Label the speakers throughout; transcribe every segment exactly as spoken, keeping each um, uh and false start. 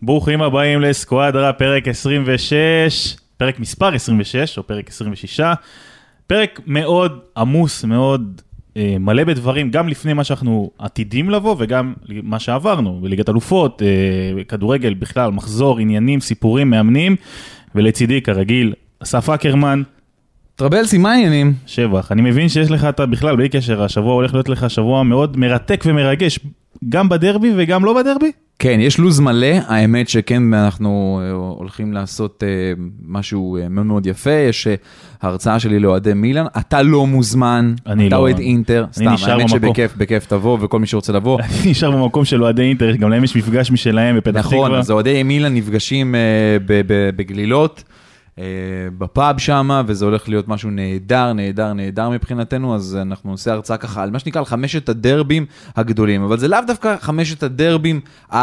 Speaker 1: ברוכים הבאים לסקואדרה, פרק עשרים ושש, פרק מספר עשרים ושש, או פרק עשרים ושש, פרק מאוד עמוס, מאוד אה, מלא בדברים, גם לפני מה שאנחנו עתידים לבוא, וגם מה שעברנו, בליגת אלופות, אה, כדורגל בכלל, מחזור, עניינים, סיפורים, מאמנים, ולצידי כרגיל, אסף אקרמן.
Speaker 2: טרבלסי, מה העניינים?
Speaker 1: שבח, אני מבין שיש לך אתה בכלל, בלי קשר, השבוע הולך להיות לך שבוע מאוד מרתק ומרגש, גם בדרבי וגם לא בדרבי?
Speaker 2: כן, יש לוז מלא, האמת שכן, אנחנו הולכים לעשות משהו מאוד מאוד יפה, יש הרצאה שלי לאוהדי מילאן, אתה לא מוזמן, אתה אוהד אינטר, סתם, האמת שבכיף, בכיף תבוא, וכל מי שרוצה לבוא.
Speaker 1: אני נשאר במקום של אוהדי אינטר, גם להם יש מפגש משלהם בפתח תקווה.
Speaker 2: נכון, אז אוהדי מילאן נפגשים בגלילות, בפאב שם, וזה הולך להיות משהו נהדר, נהדר, נהדר מבחינתנו, אז אנחנו נעשה הרצאה ככה על מה שנקרא על חמשת הדרבים הגדולים, אבל זה לאו דווקא חמשת הדרבים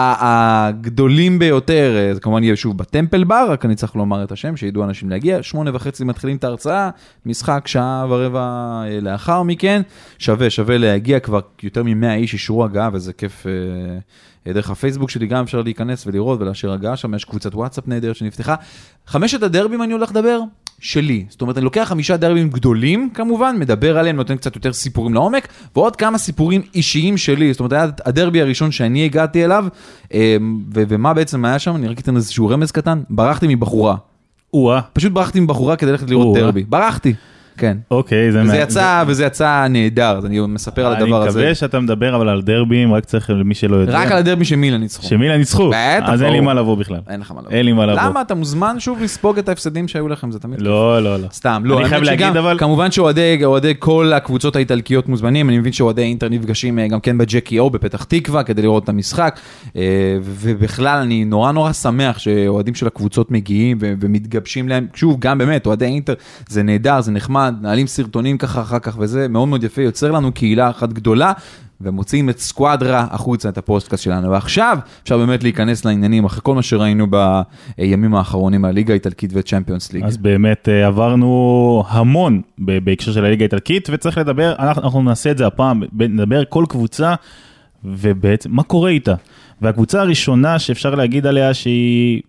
Speaker 2: הגדולים ביותר, זה כמובן יהיה שוב בטמפל בר, רק אני צריך לומר את השם, שידעו אנשים להגיע, שמונה וחצי מתחילים את ההרצאה, משחק שעה ורבע לאחר מכן, שווה, שווה להגיע, כבר יותר ממאה איש אישרו הגעה, וזה כיף דרך הפייסבוק שלי גם אפשר להיכנס ולראות ולאשר הגעה, שם יש קבוצת וואטסאפ נהדר שנפתחה. חמשת הדרבים אני הולך לדבר שלי, זאת אומרת אני לוקח חמישה דרבים גדולים כמובן, מדבר עליהם, נותן קצת יותר סיפורים לעומק, ועוד כמה סיפורים אישיים שלי, זאת אומרת היה הדרבי הראשון שאני הגעתי אליו, ומה בעצם היה שם, אני רק אתן איזשהו רמז קטן, ברחתי מבחורה. פשוט ברחתי מבחורה כדי ללכת לראות דרבי, ברחתי. כן.
Speaker 1: אוקיי, זה
Speaker 2: וזה יצא, וזה יצא נהדר, אז אני מספר על הדבר הזה.
Speaker 1: אני מקווה שאתה מדבר אבל על דרבים, רק צריך למי שלא יודע.
Speaker 2: רק על הדרבי שמילאן ניצחו.
Speaker 1: שמילאן ניצחו. אז אין לי מה לבוא בכלל.
Speaker 2: אין לך מה לבוא.
Speaker 1: אין לי מה לבוא.
Speaker 2: למה? אתה מוזמן שוב לספוג את ההפסדים שהיו לכם, זה תמיד.
Speaker 1: לא, לא, לא.
Speaker 2: סתם, לא.
Speaker 1: אני חייב להגיד אבל.
Speaker 2: כמובן שאוהדי כל הקבוצות האיטלקיות מוזמנים, אני מבין שאוהדי אינטר נפגשים גם כן בג'קי או בפתח תקווה כדי לראות את המשחק, ובכלל אני נורא נורא שמח שאוהדים של הקבוצות מגיעים ומתגבשים להם. שוב, גם באמת, אוהדי אינטר, זה נהדר, זה נחמד, נעלים סרטונים ככה אחר כך, וזה מאוד מאוד יפה, יוצר לנו קהילה אחת גדולה, ומוצאים את סקואדרה החוצה, את הפוסטקאסט שלנו. ועכשיו אפשר באמת להיכנס לעניינים, אחרי כל מה שראינו בימים האחרונים, הליגה האיטלקית וצ'מפיונס ליג.
Speaker 1: אז באמת עברנו המון בהקשר של הליגה האיטלקית, וצריך לדבר, אנחנו נעשה את זה הפעם, נדבר כל קבוצה, ובעצם מה קורה איתה. והקבוצה הראשונה שאפשר להגיד עליה שהיא,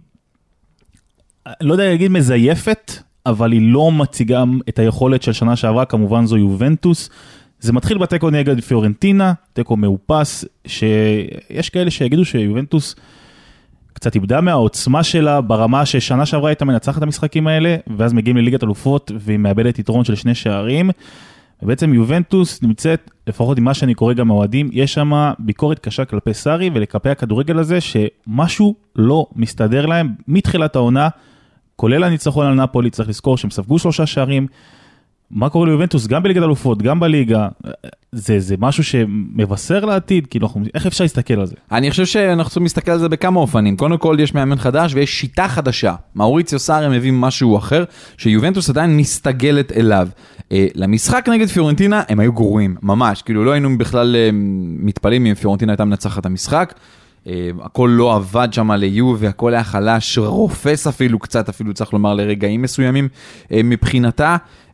Speaker 1: לא יודע להגיד מזייפת, אבל היא לא מציגה את היכולת של שנה שעברה, כמובן זו יובנטוס. זה מתחיל בטקו נגד פיורנטינה, טקו מאופס, שיש כאלה שיגידו שיובנטוס קצת איבדה מהעוצמה שלה, ברמה ששנה שעברה הייתה מנצחת את המשחקים האלה, ואז מגיעים לליגת אלופות, והיא מאבדת יתרון של שני שערים, ובעצם יובנטוס נמצאת, לפחות עם מה שאני קורא גם מהאוהדים, יש שם ביקורת קשה כלפי סארי, ולכלפי הכדורגל הזה, שמשהו לא מסתדר להם מתחילת העונה, כולל הניצחון על נאפולי, צריך לזכור שהם ספגו שלושה שערים. מה קורה ליובנטוס? גם בליגת אלופות, גם בליגה. זה, זה משהו שמבשר לעתיד, כאילו, איך אפשר להסתכל על זה?
Speaker 2: אני חושב שאנחנו צריכים להסתכל על זה בכמה אופנים. קודם כל, יש מאמן חדש ויש שיטה חדשה. מאוריציו סארי מביא משהו אחר, שיובנטוס עדיין מסתגלת אליו. למשחק נגד פיורנטינה, הם היו גרועים, ממש. כאילו, לא היינו בכלל מתפלים אם פיורנטינה הייתה מנצחת המשחק. הכל לא עבד שם ליוב, והכל היה חלש, רופס אפילו קצת, אפילו צריך לומר לרגעים מסוימים מבחינתה.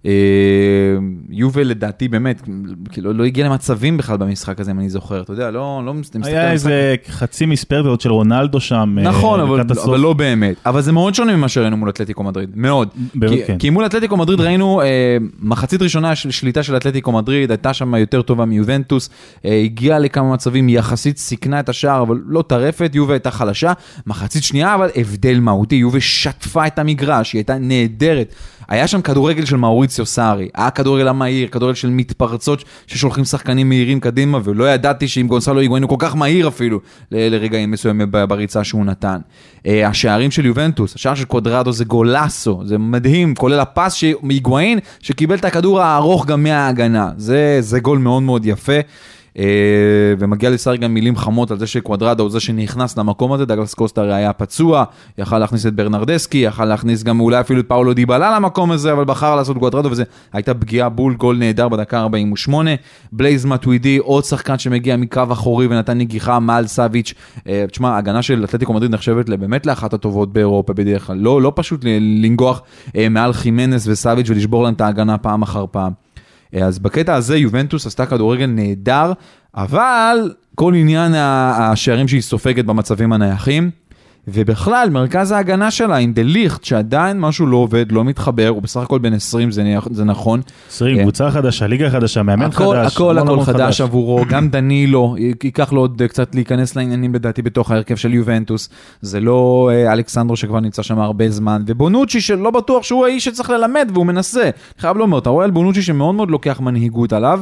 Speaker 2: יובל לדעתי באמת, כאילו לא הגיע למצבים בכלל במשחק הזה, אם אני זוכר, אתה יודע, לא, לא מסתכל.
Speaker 1: היה איזה חצי מספר של רונלדו שם.
Speaker 2: נכון, אבל, אבל לא באמת. אבל זה מאוד שונה ממה שראינו מול אתלטיקו מדריד, מאוד. כי, כן. כי מול אתלטיקו מדריד ראינו אה, מחצית ראשונה של שליטה של אתלטיקו מדריד, הייתה שם יותר טובה מיובנטוס, אה, הגיעה לכמה מצבים, יחסית סיכנה את השער, אבל לא טרפת, יובל הייתה חלשה. מחצית שנייה, אבל הבדל מהותי, יובל שטפה את המגרש, היא הייתה נהדרת. היה שם כדורגל של מאוריציו סארי, היה כדורגל המהיר, כדורגל של מתפרצות ששולחים שחקנים מהירים קדימה, ולא ידעתי שאם גונסלו היגואין הוא כל כך מהיר אפילו ל- לרגעים מסוימים בריצה שהוא נתן. השערים של יובנטוס, השער של קוודרדו זה גולסו, זה מדהים, כולל הפס שהיגואין שקיבל את הכדור הארוך גם מההגנה, זה, זה גול מאוד מאוד יפה. ומגיע לסארי גם מילים חמות על זה שקוודרדו הוא זה שנכנס למקום הזה, דגלס קוסטה היה פצוע, יכל להכניס את ברנרדסקי, יכל להכניס גם אולי אפילו את פאולו דיבאלה למקום הזה, אבל בחר לעשות קוודרדו, וזה הייתה פגיעה בול, גול נהדר בדקה ארבעים ושמונה, בלייז מטווידי, עוד שחקן שמגיע מקו אחורי ונתן נגיחה מעל סאביץ'. תשמע, ההגנה של אתלטיקו מדריד נחשבת באמת לאחת הטובות באירופה בדרך כלל, לא, לא פשוט לנגוח מעל חימנס וסאביץ' ולשבור להם את ההגנה פעם אחר פעם. אז בקטע הזה יובנטוס עשתה כדורגל נהדר, אבל כל עניין השערים שהיא סופגת במצבים הנייחים, ובכלל, מרכז ההגנה שלה עם דליכט, שעדיין משהו לא עובד, לא מתחבר, הוא בסך הכל בין עשרים, זה, זה נכון.
Speaker 1: עשרים, קבוצה חדשה, ליגה חדשה, מאמן
Speaker 2: הכל,
Speaker 1: חדש.
Speaker 2: הכל, הכל חדש, חדש עבורו, גם דנילו, ייקח לו עוד קצת להיכנס לעניינים לדעתי בתוך ההרכב של יובנטוס, זה לא אלכסנדרו שכבר נמצא שם הרבה זמן, ובונוצ'י שלא בטוח שהוא האיש שצריך ללמד, והוא מנסה. חייב לומר, אתה רואה על בונוצ'י שמאוד מאוד לוקח מנהיגות עליו,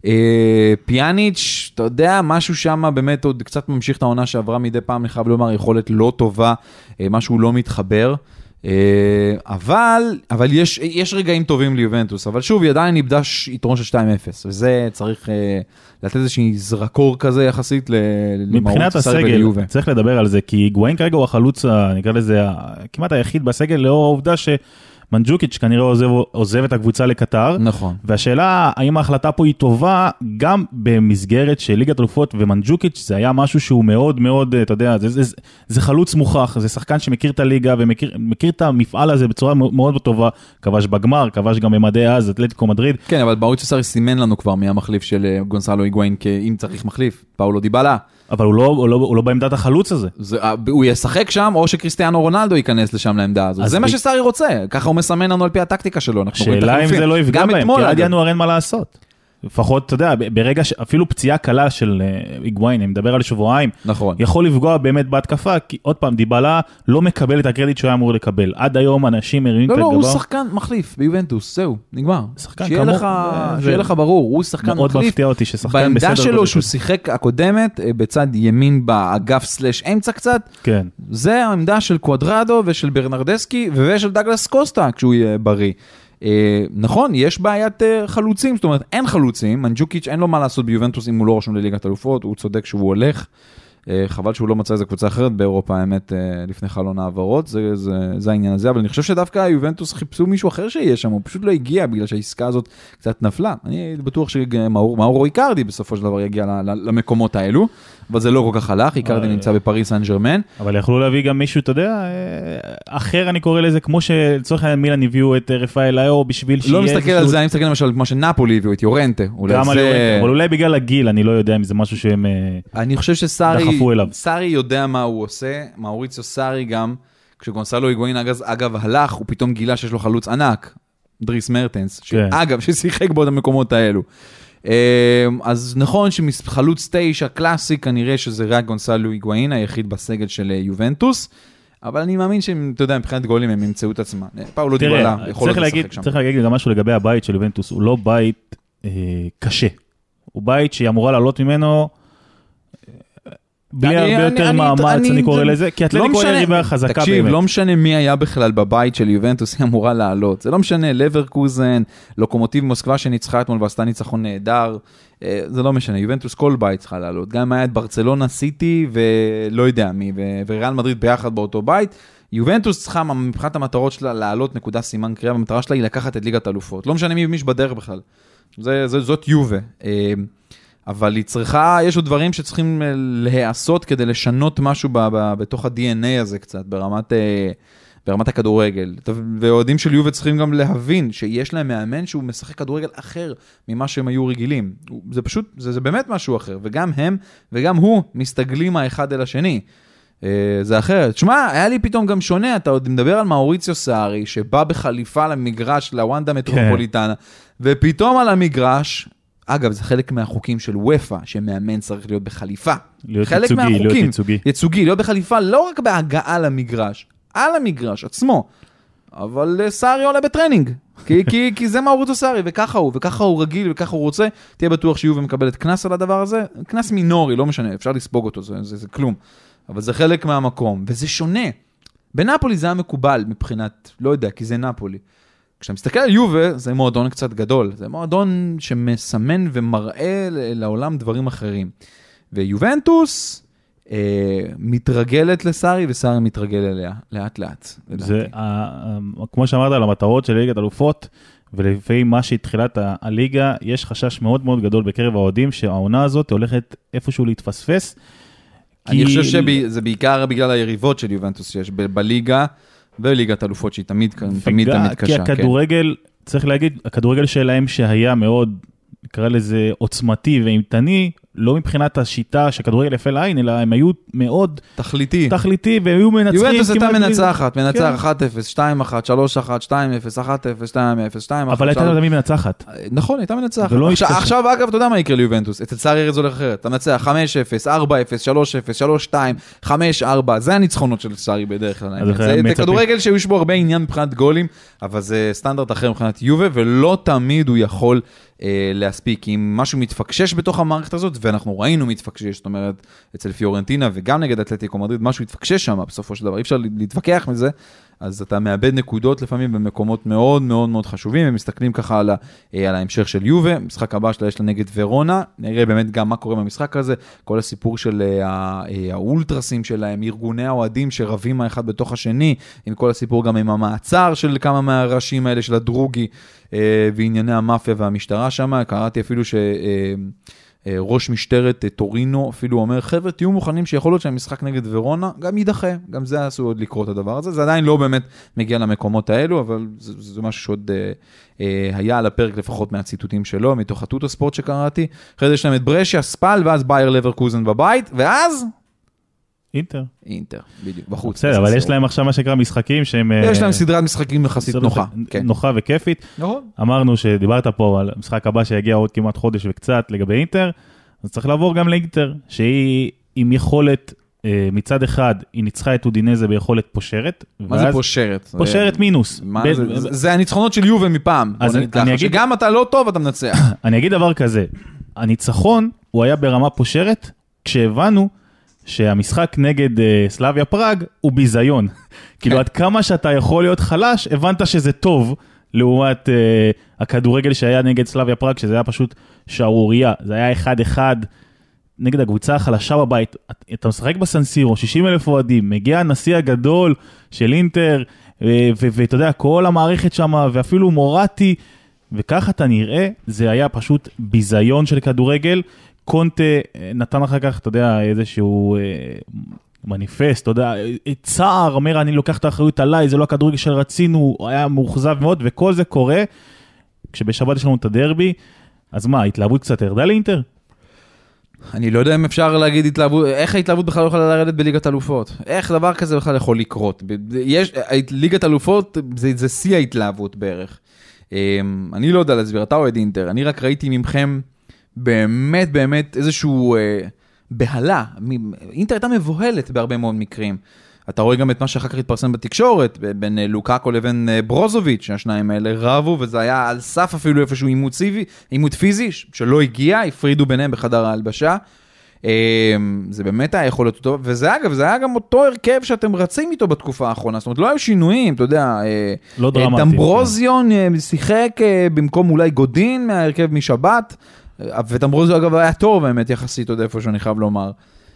Speaker 2: פיאניץ', אתה יודע, משהו שם באמת עוד קצת ממשיך את העונה שעברה מדי פעם, חייב לומר, יכולת לא טובה, משהו לא מתחבר, אבל, אבל יש, יש רגעים טובים ליובנטוס, אבל שוב, היא עדיין איבדה יתרון של שתיים אפס, וזה צריך לתת איזושהי זרקור כזה יחסית
Speaker 1: מבחינת הסגל, צריך לדבר על זה, כי היגואין כרגע הוא החלוץ, נקרא לזה, כמעט היחיד בסגל, לאור העובדה ש... מנג'וקיץ' כנראה עוזב, עוזב את הקבוצה לקטר.
Speaker 2: נכון.
Speaker 1: והשאלה, האם ההחלטה פה היא טובה, גם במסגרת של ליגת אלופות ומנג'וקיץ', זה היה משהו שהוא מאוד מאוד, אתה יודע, זה, זה, זה, זה חלוץ מוכח, זה שחקן שמכיר את הליגה, ומכיר מכיר את המפעל הזה בצורה מאוד טובה, כבש בגמר, כבש גם במדי אז, אתלטיקו מדריד.
Speaker 2: כן, אבל מאוריציו סארי סימן לנו כבר מי המחליף של גונסלו היגואין, אם צריך מחליף, פאולו דיבאלה.
Speaker 1: אבל הוא לא, הוא לא, הוא לא בעמדת החלוץ הזה.
Speaker 2: זה, הוא ישחק שם, או שקריסטיאנו רונלדו ייכנס לשם לעמדה הזו. זה ב... מה שסארי רוצה, ככה הוא מסמן לנו על פי הטקטיקה שלו.
Speaker 1: שאלה אם זה לא יפגע בהם, כי עד ינואר אין מה לעשות. לפחות, אתה יודע, ברגע שאפילו פציעה קלה של היגואין, אני מדבר על שבועיים,
Speaker 2: נכון.
Speaker 1: יכול לפגוע באמת בהתקפה, כי עוד פעם, דיבאלה לא מקבל את הקרדיט שהוא היה אמור לקבל. עד היום אנשים מרימים את
Speaker 2: הגבה.
Speaker 1: לא,
Speaker 2: לא, הוא שחקן מחליף ביובנטוס, זהו, נגמר.
Speaker 1: שחקן
Speaker 2: שיהיה
Speaker 1: כמו...
Speaker 2: לך, שיהיה לך ברור, הוא שחקן מחליף.
Speaker 1: מאוד מפתיע אותי ששחקן בסדר.
Speaker 2: בעמדה שלו שהוא שיחק הקודמת, בצד ימין באגף סלש אמצע קצת,
Speaker 1: כן.
Speaker 2: זה העמדה של קואדרדו ושל ברנרדסקי ושל דגלס קוסטה, כשהוא יהיה בריא. נכון, יש בעיית חלוצים, זאת אומרת, אין חלוצים, מנג'וקיץ' אין לו מה לעשות ביובנטוס אם הוא לא רשום לליגת אלופות, הוא צודק שהוא הולך, חבל שהוא לא מצא איזה קבוצה אחרת באירופה, האמת, לפני חלון העברות, זה, זה, זה העניין הזה, אבל אני חושב שדווקא היובנטוס חיפשו מישהו אחר שיהיה שם, הוא פשוט לא הגיע, בגלל שהעסקה הזאת קצת נפלה. אני בטוח שמאורו איקרדי בסופו של דבר יגיע למקומות האלו, אבל זה לא כל כך הלך, איקרדי נמצא בפריס סן ז'רמן.
Speaker 1: אבל יכלו להביא גם מישהו, אתה יודע, אחר אני קורא לזה, כמו שלצורך מילאן הביאו את רפאל לאו, בשביל שיהיה...
Speaker 2: לא מסתכל על זה, אני מסתכל למשל כמו שנאפולי הביאו את יורנטה.
Speaker 1: גם על יורנטה, אבל אולי בגלל הגיל, אני לא יודע אם זה משהו שהם
Speaker 2: אני חושב שסארי,
Speaker 1: דחפו אליו.
Speaker 2: סארי יודע מה הוא עושה, מאוריציו סארי גם, כשגונסלו היגואין אגב הלך, הוא פתאום גילה שיש לו חלוץ ענק, דריס מרטנס, שאגב, ששיחק בעוד המקומות האלו. אז נכון שחלוץ תשע קלאסי, כנראה שזה רק גונסלו היגואין, היחיד בסגל של יובנטוס, אבל אני מאמין שהם, אתה יודע, מבחינת גולים הם ימצאו את עצמם. פאולו דיבאלה יכול להיות לשחק שם.
Speaker 1: צריך להגיד גם משהו לגבי הבית של יובנטוס, הוא לא בית קשה, הוא בית שהיא אמורה לעלות ממנו בלי הרבה יותר מאמץ, אני קורא לזה, כי אתלטיקו היא יריבה חזקה באמת.
Speaker 2: תקשיב, לא משנה מי היה בכלל בבית של יובנטוס, היא אמורה לעלות. זה לא משנה, לברקוזן, לוקומוטיב מוסקבה שניצחה אתמול ועשתה ניצחון נהדר, זה לא משנה, יובנטוס כל בית צריכה לעלות. גם אם היה את ברצלונה סיטי ולא יודע מי, וריאל מדריד ביחד באותו בית, יובנטוס צריכה מבחינת המטרות שלה לעלות נקודה סימן קריאה, והמטרה שלה היא לקחת את ליגת האלופות. לא משנה מי ומי שבדרך בכלל. זאת יובה. אבל היא צריכה, יש עוד דברים שצריכים להיעשות כדי לשנות משהו ב, ב, בתוך ה-די אן איי הזה קצת, ברמת, ברמת הכדורגל. ואוהדים של יובה צריכים גם להבין שיש להם מאמן שהוא משחק כדורגל אחר ממה שהם היו רגילים. זה פשוט, זה, זה באמת משהו אחר. וגם הם וגם הוא מסתגלים האחד אל השני. זה אחרת. שמה, היה לי פתאום גם שונה, אתה עוד מדבר על מאוריציו סארי, שבא בחליפה למגרש, לוונדה מטרופוליטנה, ופתאום על המגרש, אגב, זה חלק מהחוקים של וופא, שמאמן צריך להיות בחליפה.
Speaker 1: להיות
Speaker 2: חלק
Speaker 1: ייצוגי,
Speaker 2: מהחוקים,
Speaker 1: להיות ייצוגי.
Speaker 2: ייצוגי, להיות בחליפה, לא רק בהגעה למגרש, על המגרש עצמו, אבל סארי עולה בטרנינג, כי, כי, כי זה מאוריציו סארי, וככה הוא, וככה הוא רגיל, וככה הוא רוצה, תהיה בטוח שיובה מקבלת כנס על הדבר הזה, כנס מינורי, לא משנה, אפשר לספוג אותו, זה, זה, זה כלום, אבל זה חלק מהמקום, וזה שונה. בנאפולי זה היה מקובל מבחינת, לא יודע, כי זה נאפולי. כשאתה מסתכל על יובה, זה מועדון קצת גדול, זה מועדון שמסמן ומראה לעולם דברים אחרים. ויובנטוס אה, מתרגלת לסארי, וסארי מתרגל אליה, לאט לאט.
Speaker 1: זה, כמו שאמרת על המטרות של ליגת אלופות, ולפי מה שהתחילת הליגה, יש חשש מאוד מאוד גדול בקרב האוהדים, שהעונה הזאת הולכת איפשהו להתפספס.
Speaker 2: אני חושב שזה בעיקר בגלל היריבות של יובנטוס שיש בליגה, וליגת אלופות שהיא תמיד תמיד תמיד קשה.
Speaker 1: כי הכדורגל, צריך להגיד, הכדורגל שלהם שהיה מאוד, נקרא לזה עוצמתי ואימתני, לא מבחינת השיטה שכדורגל יפה לעין, אלא הם היו מאוד
Speaker 2: תכליתי,
Speaker 1: תכליתי, והיו מנצחים.
Speaker 2: יובנטוס הייתה מנצחת, מנצח אחת אפס, שתיים אחת, שלוש אחת, שתיים אפס, אחת אפס, שתיים אפס, שתיים אחת.
Speaker 1: אבל הייתה תמיד מנצחת.
Speaker 2: נכון, הייתה מנצחת. עכשיו, אגב, אתה יודע מה יקרה ליובנטוס? אצל סארי ארז הולך אחרת. אתה מנצח חמש אפס, ארבע אפס, שלוש אפס, שלוש שתיים, חמש ארבע, זה הניצחונות של סארי בדרך כלל. זה כדורגל שיש בו הרבה עניין מבחינת גולים, אבל זה סטנדרט אחר מבחינת יובה, ולא תמיד הוא יכול להספיק. אם משהו מתפקשש בתוך המערכת הזאת, ואנחנו ראינו מתפקשש, זאת אומרת, אצל פיורנטינה וגם נגד אתלטיקו מדריד, משהו מתפקשש שם בסופו של דבר, אי אפשר להתווכח מזה, אז אתה מאבד נקודות לפעמים במקומות מאוד מאוד מאוד חשובים, הם מסתכלים ככה על, על ההמשך של יובה, משחק הבא שלה יש לה נגד ורונה, נראה באמת גם מה קורה במשחק הזה, כל הסיפור של האולטרסים שלהם, ארגוני האוהדים שרבים האחד בתוך השני, עם כל הסיפור גם עם המעצר של כמה מהראשים האלה של הדרוגי, וענייני המאפיה והמשטרה שם, קראתי אפילו ש... ראש משטרת טורינו אפילו אומר, חבר'ה, תהיו מוכנים שיכול להיות שהמשחק נגד ורונה גם יידחה, גם זה עשו עוד לקרות הדבר הזה, זה עדיין לא באמת מגיע למקומות האלו, אבל זה, זה משהו שעוד אה, אה, היה על הפרק לפחות מהציטוטים שלו, מתוך הטוטו ספורט שקראתי, אחרי זה יש להם את ברשיה, ספל, ואז בייר לברקוזן בבית, ואז...
Speaker 1: אינטר.
Speaker 2: אינטר, בדיוק, בחוץ.
Speaker 1: בסדר, אבל יש להם עכשיו מה שנקרא משחקים שהם...
Speaker 2: יש להם סדרת משחקים יחסית נוחה.
Speaker 1: נוחה וכיפית.
Speaker 2: נכון.
Speaker 1: אמרנו שדיברת פה על משחק הבא שיגיע עוד כמעט חודש וקצת לגבי אינטר, אז צריך לעבור גם לאינטר, שהיא עם יכולת, מצד אחד, היא ניצחה את אודינזה ביכולת פושרת.
Speaker 2: מה זה פושרת?
Speaker 1: פושרת מינוס.
Speaker 2: זה הניצחונות של יובה מפעם. שגם אתה לא טוב, אתה מנצח.
Speaker 1: אני אגיד דבר כזה, הניצחון הוא היה ברמה פושרת, כשהבנו שהמשחק נגד uh, סלאביה פראג הוא ביזיון. כאילו עד כמה שאתה יכול להיות חלש, הבנת שזה טוב, לעומת uh, הכדורגל שהיה נגד סלאביה פראג, שזה היה פשוט שערוריה. זה היה אחד אחד נגד הקבוצה החלשה בבית. אתה משחק בסנסירו, שישים אלף אוהדים, מגיע הנשיא הגדול של אינטר, ואתה יודע, כל המערכת שם, ואפילו מורטי, וככה אתה נראה, זה היה פשוט ביזיון של כדורגל. קונטה נתן אחר כך, אתה יודע, איזשהו אה, מניפסט, אתה יודע, צער, אומר, אני לוקח את האחריות עליי, זה לא הכדורגל שרצינו, הוא היה מאוכזב מאוד, וכל זה קורה, כשבשבת יש לנו את הדרבי, אז מה, התלהבות קצת ירדה לאינטר?
Speaker 2: אני לא יודע אם אפשר להגיד התלהבות, איך ההתלהבות בכלל לא יכולה לרדת בליגת אלופות? איך דבר כזה בכלל יכול לקרות? יש, ליגת אלופות זה, זה שיא ההתלהבות בערך. אני לא יודע להסביר, אתה אוהד אינטר, אני רק ראיתי ממכם באמת, באמת איזשהו אה, בהלה. אינטר הייתה מבוהלת בהרבה מאוד מקרים. אתה רואה גם את מה שאחר כך התפרסם בתקשורת, בין אה, לוקאקו לבין אה, ברוזוביץ', השניים האלה רבו, וזה היה על סף אפילו איפשהו עימות סיבי, עימות פיזי, שלא הגיע, הפרידו ביניהם בחדר ההלבשה. אה, זה באמת היה יכול להיות טוב, וזה אגב, זה היה גם אותו הרכב שאתם רצים איתו בתקופה האחרונה, זאת אומרת, לא היו שינויים, אתה יודע, אה,
Speaker 1: לא דרמטי.
Speaker 2: דמברוזיון אה, שיחק אה, במקום אולי גודין מההרכב משבת, ותמברוזיו אגב היה טוב באמת יחסית עוד איפה שאני חייב לומר.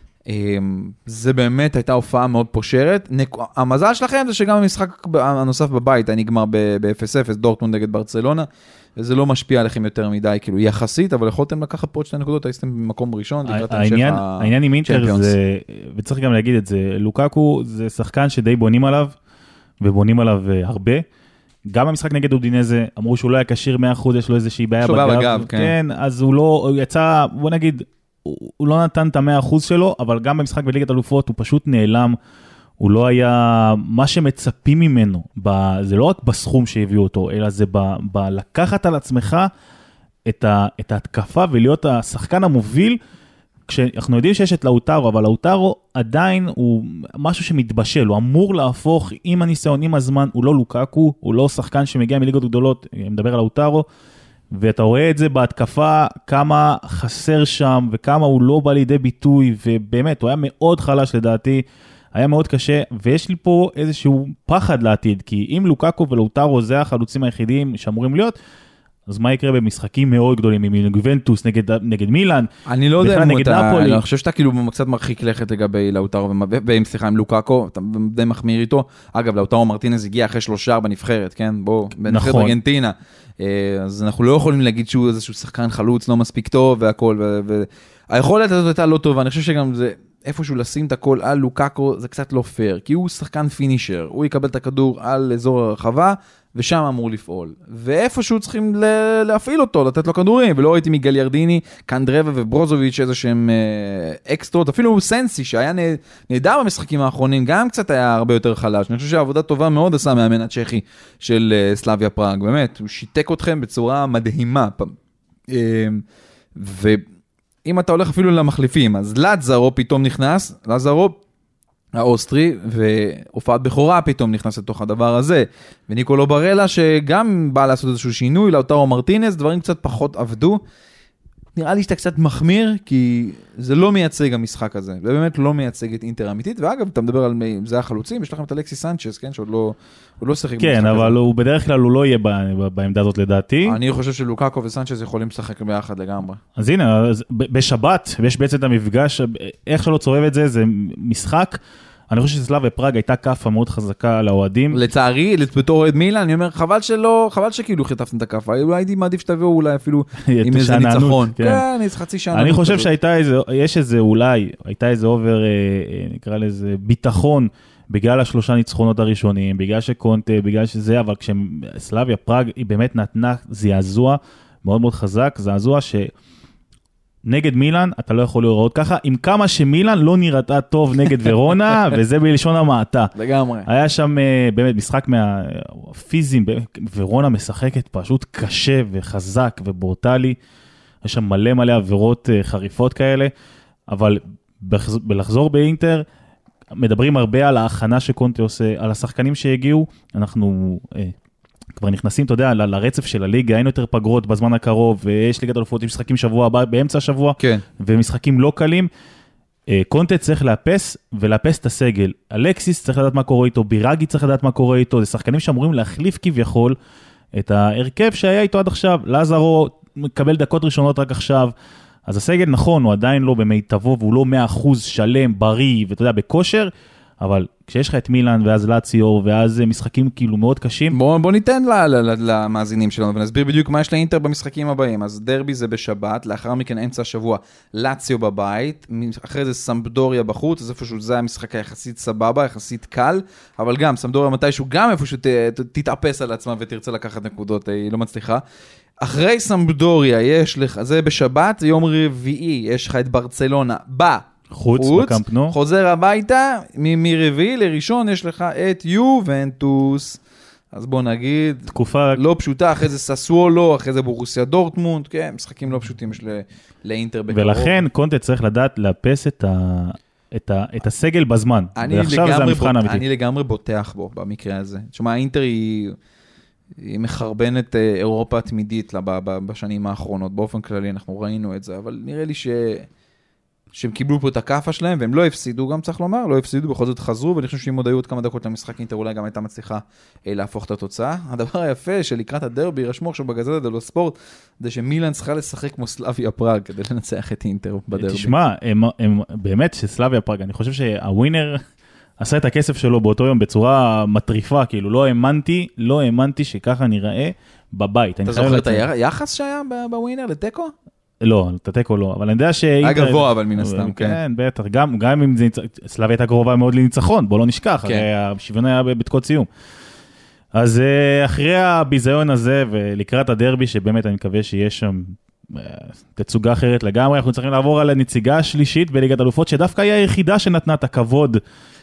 Speaker 2: זה באמת הייתה הופעה מאוד פושרת. המזל שלכם זה שגם המשחק הנוסף בבית היה נגמר ב-אפס אפס, דורטמונד נגד ברצלונה, וזה לא משפיע עליכם יותר מדי, כאילו יחסית, אבל יכולתם לקחת פה עוד שתי נקודות, הייתם במקום ראשון,
Speaker 1: העניין עם אינטר זה, וצריך גם להגיד את זה, לוקאקו זה שחקן שדי בונים עליו, ובונים עליו הרבה, גם במשחק נגד אודינזה, אמרו שהוא לא היה קשיר מאה אחוז, יש לו איזושהי בעיה בגב,
Speaker 2: בגב כן.
Speaker 1: כן, אז הוא לא, הוא יצא, בוא נגיד, הוא, הוא לא נתן את המאה אחוז שלו, אבל גם במשחק בליגת אלופות הוא פשוט נעלם, הוא לא היה, מה שמצפים ממנו, ב, זה לא רק בסכום שהביאו אותו, אלא זה ב, ב, לקחת על עצמך את, ה, את ההתקפה ולהיות השחקן המוביל, כשאנחנו יודעים שיש את לאוטרו, אבל לאוטרו עדיין הוא משהו שמתבשל, הוא אמור להפוך עם הניסיון, עם הזמן, הוא לא לוקאקו, הוא לא שחקן שמגיע מליגות גדולות, אני מדבר על לאוטרו, ואתה רואה את זה בהתקפה, כמה חסר שם, וכמה הוא לא בא לידי ביטוי, ובאמת, הוא היה מאוד חלש לדעתי, היה מאוד קשה, ויש לי פה איזשהו פחד לעתיד, כי אם לוקאקו ולאוטרו זה החלוצים היחידים שאמורים להיות, אז מה יקרה במשחקים מאוד גדולים, עם יובנטוס נגד, נגד מילאן,
Speaker 2: אני לא יודע אם אתה, אני חושב שאתה כאילו קצת מרחיק לכת לגבי לאוטרו, ועם סליחה עם לוקאקו, אתה די מחמיר איתו, אגב, לאוטרו מרטינז הגיע אחרי שלושה בנבחרת, כן, בוא, בנבחרת ארגנטינה, אז אנחנו לא יכולים להגיד שהוא איזשהו שחקן חלוץ, לא מספיק טוב והכל, והיכולת הזאת הייתה לא טובה, אני חושב שגם זה, איפשהו לשים את הכל על לוקאקו, זה קצת לא פייר, כי הוא שחקן פינישר, הוא יקבל את הכדור על אזור הרחבה, ושם אמור לפעול. ואיפשהו צריכים להפעיל אותו, לתת לו כדורים, ולא ראיתי מגליארדיני, קנדרבה וברוזוביץ' איזה שהם אקסטרות, אפילו סנסי, שהיה נהדר במשחקים האחרונים, גם קצת היה הרבה יותר חלש. אני חושב שהעבודה טובה מאוד עשה מאמן הצ'כי של סלאביה פראג, באמת, הוא שיתק אתכם בצורה מדהימה. ואם אתה הולך אפילו למחליפים, אז לזרו פתאום נכנס, לזרו האוסטרי, והופעת בכורה פתאום נכנס לתוך הדבר הזה, וניקולו ברלה שגם בא לעשות איזשהו שינוי, לאוטרו מרטינס, דברים קצת פחות עבדו, נראה לי שאתה קצת מחמיר, כי זה לא מייצג המשחק הזה, זה באמת לא מייצג את אינטר אמיתית, ואגב, אתה מדבר על זה החלוצים, יש לכם את אלכסיס סנצ'ז, כן, שעוד לא, הוא לא שחק
Speaker 1: כן, אבל הזה. הוא בדרך כלל הוא לא יהיה בעמדה הזאת לדעתי.
Speaker 2: אני חושב שלוקאקו וסנצ'ז יכולים לשחק ביחד לגמרי.
Speaker 1: אז הנה, בשבת, יש בעצם את המפגש, איך שלא צורב את זה, זה משחק, אני חושב שסלאביה פראג הייתה קפה מאוד חזקה לאוהדים.
Speaker 2: לצערי, בתור אוהד מילאן, אני אומר, חבל שלא, חבל שכאילו חיטפתם את הקפה, אולי הייתי מעדיף שתביאו אולי אפילו עם איזה ניצחון. כן, חצי שנה.
Speaker 1: אני חושב שהייתה איזה, יש איזה אולי, הייתה איזה אובר, נקרא לזה, ביטחון, בגלל השלושה ניצחונות הראשונים, בגלל שקונטה, בגלל שזה, אבל כשסלאביה פראג היא באמת נתנה זעזוע מאוד מאוד חזק, זעזוע ש... נגד מילאן, אתה לא יכול לראות ככה, עם כמה שמילאן לא נראתה טוב נגד ורונה, וזה בלשון המעטה.
Speaker 2: לגמרי.
Speaker 1: היה שם באמת משחק מהפיזים, ורונה משחקת פשוט קשה וחזק וברוטלי, יש שם מלא מלא עבירות חריפות כאלה, אבל בלחזור באינטר, מדברים הרבה על ההכנה שקונטה עושה, על השחקנים שהגיעו, אנחנו... כבר נכנסים, אתה יודע, ל- לרצף של הליגה, אין יותר פגרות בזמן הקרוב, ויש ליגת אלופות, יש משחקים שבוע הבא, באמצע השבוע,
Speaker 2: כן.
Speaker 1: ומשחקים לא קלים. קונטה צריך לאפס, ולאפס את הסגל. אלקסיס צריך לדעת מה קורה איתו, בירגי צריך לדעת מה קורה איתו, זה שחקנים שאמורים להחליף כביכול את ההרכב שהיה איתו עד עכשיו. לזרו מקבל דקות ראשונות רק עכשיו, אז הסגל נכון, הוא עדיין לא במיטבו, והוא לא מאה אחוז שלם, בריא, ואתה יודע, בכושר, אבל כשיש לך את מילאן ואז לאציו ואז משחקים כאילו מאוד קשים.
Speaker 2: בוא, בוא ניתן למאזינים שלנו ונסביר בדיוק מה יש לאינטר במשחקים הבאים. אז דרבי זה בשבת, לאחר מכן אמצע השבוע לאציו בבית, אחרי זה סמפדוריה בחוץ, אז איפשהו זה המשחק היחסית סבבה, יחסית קל, אבל גם סמפדוריה מתישהו גם איפשהו תתאפס על עצמה ותרצה לקחת נקודות, היא לא מצליחה. אחרי סמפדוריה יש לך, זה בשבת, יום רביעי, יש לך את ברצלונה ב
Speaker 1: חוץ,
Speaker 2: חוץ
Speaker 1: בקמפנו.
Speaker 2: חוזר הביתה, מרביעי לראשון יש לך את יובנטוס, אז בוא נגיד,
Speaker 1: תקופה
Speaker 2: לא פשוטה, אחרי זה ססוולו, אחרי זה בורוסיה דורטמונד, כן, משחקים לא פשוטים יש לאינטר בקרוב.
Speaker 1: ולכן קונטה צריך לדעת לאפס את, ה, את, ה, את הסגל בזמן, ועכשיו זה המבחן האמיתי.
Speaker 2: אני לגמרי בוטח בו במקרה הזה. תשמע, האינטר היא... היא מחרבנת אירופה תמידית בשנים האחרונות, באופן כללי אנחנו ראינו את זה, אבל נראה לי ש... שהם קיבלו פה את הקפה שלהם, והם לא הפסידו, גם צריך לומר, לא הפסידו, בכל זאת חזרו, ואני חושב שאם עוד היו עוד כמה דקות למשחק, אינטר אולי גם הייתה מצליחה להפוך את התוצאה. הדבר היפה שלקראת הדרבי, רשמו עכשיו בגזטה דלו ספורט, זה שמילאן צריכה לשחק כמו סלאביה פראג, כדי לנצח את אינטר בדרבי.
Speaker 1: תשמע, הם, הם, באמת שסלאביה פראג, אני חושב שהווינר עשה את הכסף שלו באותו יום בצורה מטריפה, כאילו לא האמנתי, לא האמנתי שככה נראה בבית.
Speaker 2: אתה זוכר את היחס שהיה בווינר לטקו?
Speaker 1: לא, תתקו לא, אבל אני יודע ש...
Speaker 2: היה גבוה, אבל מן הסתם, כן.
Speaker 1: כן, בטח, גם, גם אם זה... סלאביה הייתה קרובה מאוד לניצחון, בוא לא נשכח, הרי השוויון היה בתקות סיום. אז אחרי הביזיון הזה, ולקראת הדרבי, שבאמת אני מקווה שיש שם תצוגה אחרת לגמרי, אנחנו צריכים לעבור על הנציגה השלישית בליגת אלופות, שדווקא היא היחידה שנתנה את הכבוד.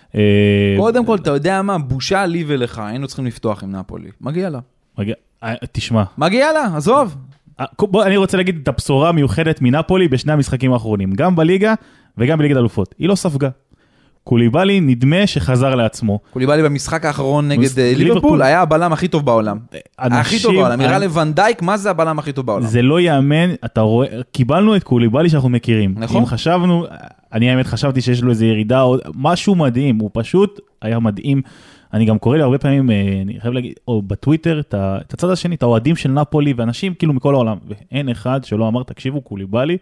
Speaker 2: קודם כל, אתה יודע מה, בושה לי ולך, היינו צריכים לפתוח עם נפולי. מגיע לה.
Speaker 1: מגיע, תשמע.
Speaker 2: מגיע לה, עזוב.
Speaker 1: בוא, אני רוצה להגיד את הבשורה המיוחדת מנפולי בשני המשחקים האחרונים, גם בליגה וגם בליגת אלופות. היא לא ספגה. קוליבאלי נדמה שחזר לעצמו.
Speaker 2: קוליבאלי במשחק האחרון נגד ליברפול היה הבלם הכי טוב בעולם. הכי טוב בעולם. נראה לוונדייק, מה זה הבלם הכי טוב בעולם?
Speaker 1: זה לא יאמן, אתה רואה, קיבלנו את קוליבאלי שאנחנו מכירים. נכון. אם חשבנו, אני האמת חשבתי שיש לו איזו ירידה, משהו מדהים, הוא פשוט היה מדהים. אני גם קורא לי הרבה פעמים, אני חייב להגיד, או בטוויטר, את הצד השני, את האוהדים של נפולי, ואנשים כאילו מכל העולם, ואין אחד שלא אמר, תקשיבו, קוליבאלי,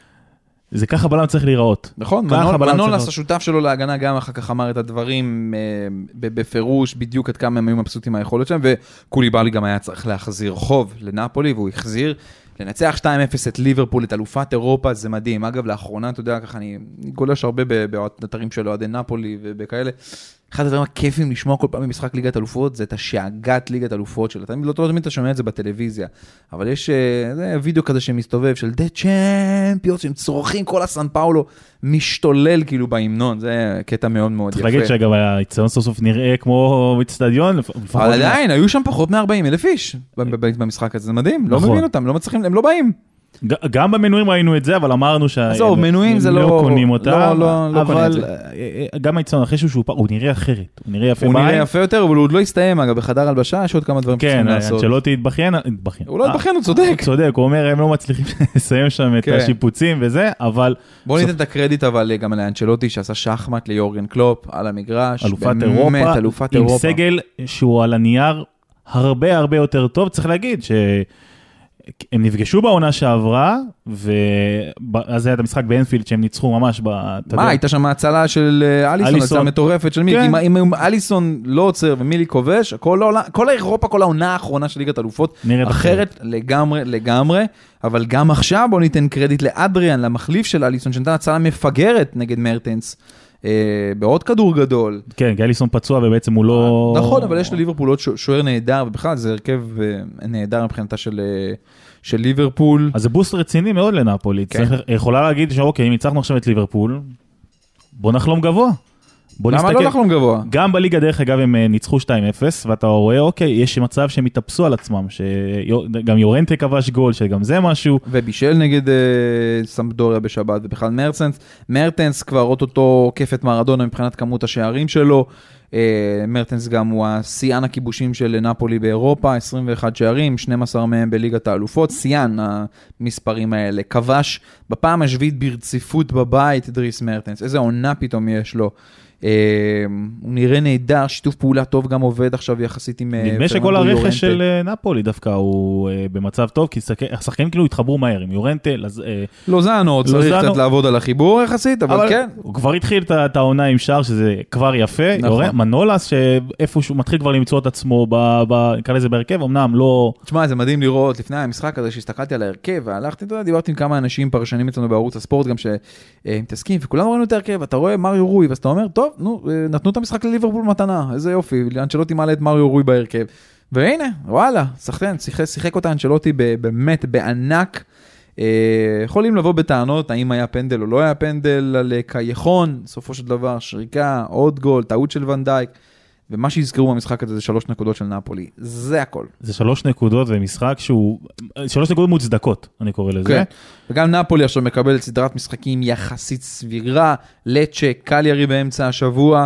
Speaker 1: זה ככה בלם צריך להיראות.
Speaker 2: נכון, מנולס השותף שלו להגנה גם אחר כך אמר את הדברים בפירוש, בדיוק עד כמה הם היו מבסוטים מהיכולת שלהם, וקוליבאלי גם היה צריך להחזיר חוב לנפולי, והוא החזיר, לנצח שתיים אפס את ליברפול, את אלופת אירופה, זה מדהים. אגב, לאחרונה, אתה יודע, ככה אני גולש הרבה באתרים של אוהדי נפולי ובכאלה. אחד הדברים הכיפים לשמוע כל פעם במשחק ליגת אלופות, זה את השאגת ליגת אלופות שלה. לא תמיד אתה שומע את זה בטלוויזיה, אבל יש וידאו כזה שמסתובב של The Champions, שהם צורכים כל הסן פאולו, משתולל כאילו בהמנון, זה קטע מאוד מאוד יפה.
Speaker 1: צריך להגיד שגם האיצטדיון סוף סוף נראה כמו אצטדיון.
Speaker 2: אבל עדיין, היו שם פחות מ-ארבעים אלף איש במשחק הזה, זה מדהים, לא מבין אותם, לא מצליחים, הם לא באים.
Speaker 1: גם במנויים ראינו את זה, אבל אמרנו שהם
Speaker 2: לא
Speaker 1: קונים אותה,
Speaker 2: אבל
Speaker 1: גם האיצטדיון אחרי שהוא הוא נראה אחרת, הוא נראה יפה
Speaker 2: הוא נראה יפה יותר, אבל הוא עוד לא הסתיים, אגב, בחדר הלבשה, יש עוד כמה דברים
Speaker 1: שצריכים לעשות. כן, אנצ'לוטי התבכיין,
Speaker 2: הוא לא התבכיין, הוא צודק.
Speaker 1: הוא צודק, הוא אומר, הם לא מצליחים לסיים שם את השיפוצים וזה, אבל...
Speaker 2: בוא ניתן את הקרדיט, אבל גם לאנצ'לוטי שעשה שחמט ליורגן קלופ על המגרש,
Speaker 1: אלופת אירופה, עם סגל שהוא על הנייר הרבה הרבה יותר טוב, צריך להגיד ש... הם נפגשו בעונה שעברה, ואז היה את המשחק באנפילד שהם ניצחו ממש.
Speaker 2: מה, הייתה שם הצלה של אליסון, הצלה מטורפת של מילי. אם אליסון לא עוצר ומילי כובש, כל האירופה, כל העונה האחרונה של ליגת אלופות, אחרת לגמרי, לגמרי, אבל גם עכשיו בוא ניתן קרדיט לאדריאן, למחליף של אליסון, שנתן הצלה מפגרת נגד מרטנס, בעוד כדור גדול.
Speaker 1: כן, אליסון פצוע ובעצם הוא לא...
Speaker 2: נכון, אבל יש לליברפול עוד שוער נהדר, ובכלל זה הרכב נהדר מבחינתה של... של ליברפול.
Speaker 1: אז זה בוסט רציני מאוד לנאפולי. כן. יכולה להגיד שאוקיי, אם ניצחנו עכשיו את ליברפול, בוא נחלום גבוה.
Speaker 2: למה נסתכל... לא נחלום גבוה?
Speaker 1: גם בליגה דרך אגב הם ניצחו שתיים אפס, ואתה רואה, אוקיי, יש מצב שהם יתאפסו על עצמם, שגם יורנטה כבש גול, שגם זה משהו.
Speaker 2: ובישל נגד אה, סמפדוריה בשבת, ובכלל מרטנס. מרטנס כבר אותו כיפת מרדונה מבחינת כמות השערים שלו. מרטנס גם הוא השיאן הכיבושים של נאפולי באירופה, עשרים ואחד שערים, שנים עשר מהם בליגת האלופות, שיאן המספרים האלה, כבש בפעם השביעית ברציפות בבית דריס מרטנס, איזה עונה פתאום יש לו, הוא נראה נהדר, שיתוף פעולה טוב גם עובד עכשיו יחסית עם...
Speaker 1: נדמה שכל הרכש של נאפולי דווקא הוא במצב טוב, כי השחקנים כאילו התחברו מהר עם יורנטה,
Speaker 2: לוזאנו, צריך קצת לעבוד על החיבור יחסית, אבל כן.
Speaker 1: הוא כבר התחיל את העונה עם שער, שזה כבר יפה, מנולס, שאיפה שהוא מתחיל כבר למצוא את עצמו, נקרא לזה בהרכב, אמנם לא...
Speaker 2: תשמע, זה מדהים לראות, לפני המשחק הזה שהסתכלתי על ההרכב, והלכתי, דיברתי עם כמה אנשים פרשנים אצלנו בערוץ הספורט, גם שמתעסקים, וכולנו ראינו את ההרכב, אתה רואה מריו רוי, ואז אתה אומר, טוב, נו, נתנו את המשחק לליברפול מתנה, איזה יופי, אנצ'לוטי מעלה את מריו רוי בהרכב, והנה, וואלה, שחקן, שיחק אותה אנצ'לוטי באמת בענק, יכולים לבוא בטענות, האם היה פנדל או לא היה פנדל, על קייחון, סופו של דבר, שריקה, עוד גול, טעות של ונדייק, ומה שיזכרו במשחק הזה זה שלוש נקודות של נאפולי, זה הכל.
Speaker 1: זה שלוש נקודות ומשחק שהוא, שלוש נקודות מוצדקות, אני קורא לזה.
Speaker 2: כן. וגם נאפולי עכשיו מקבלת סדרת משחקים יחסית סבירה, לצ'ה, קליארי באמצע השבוע,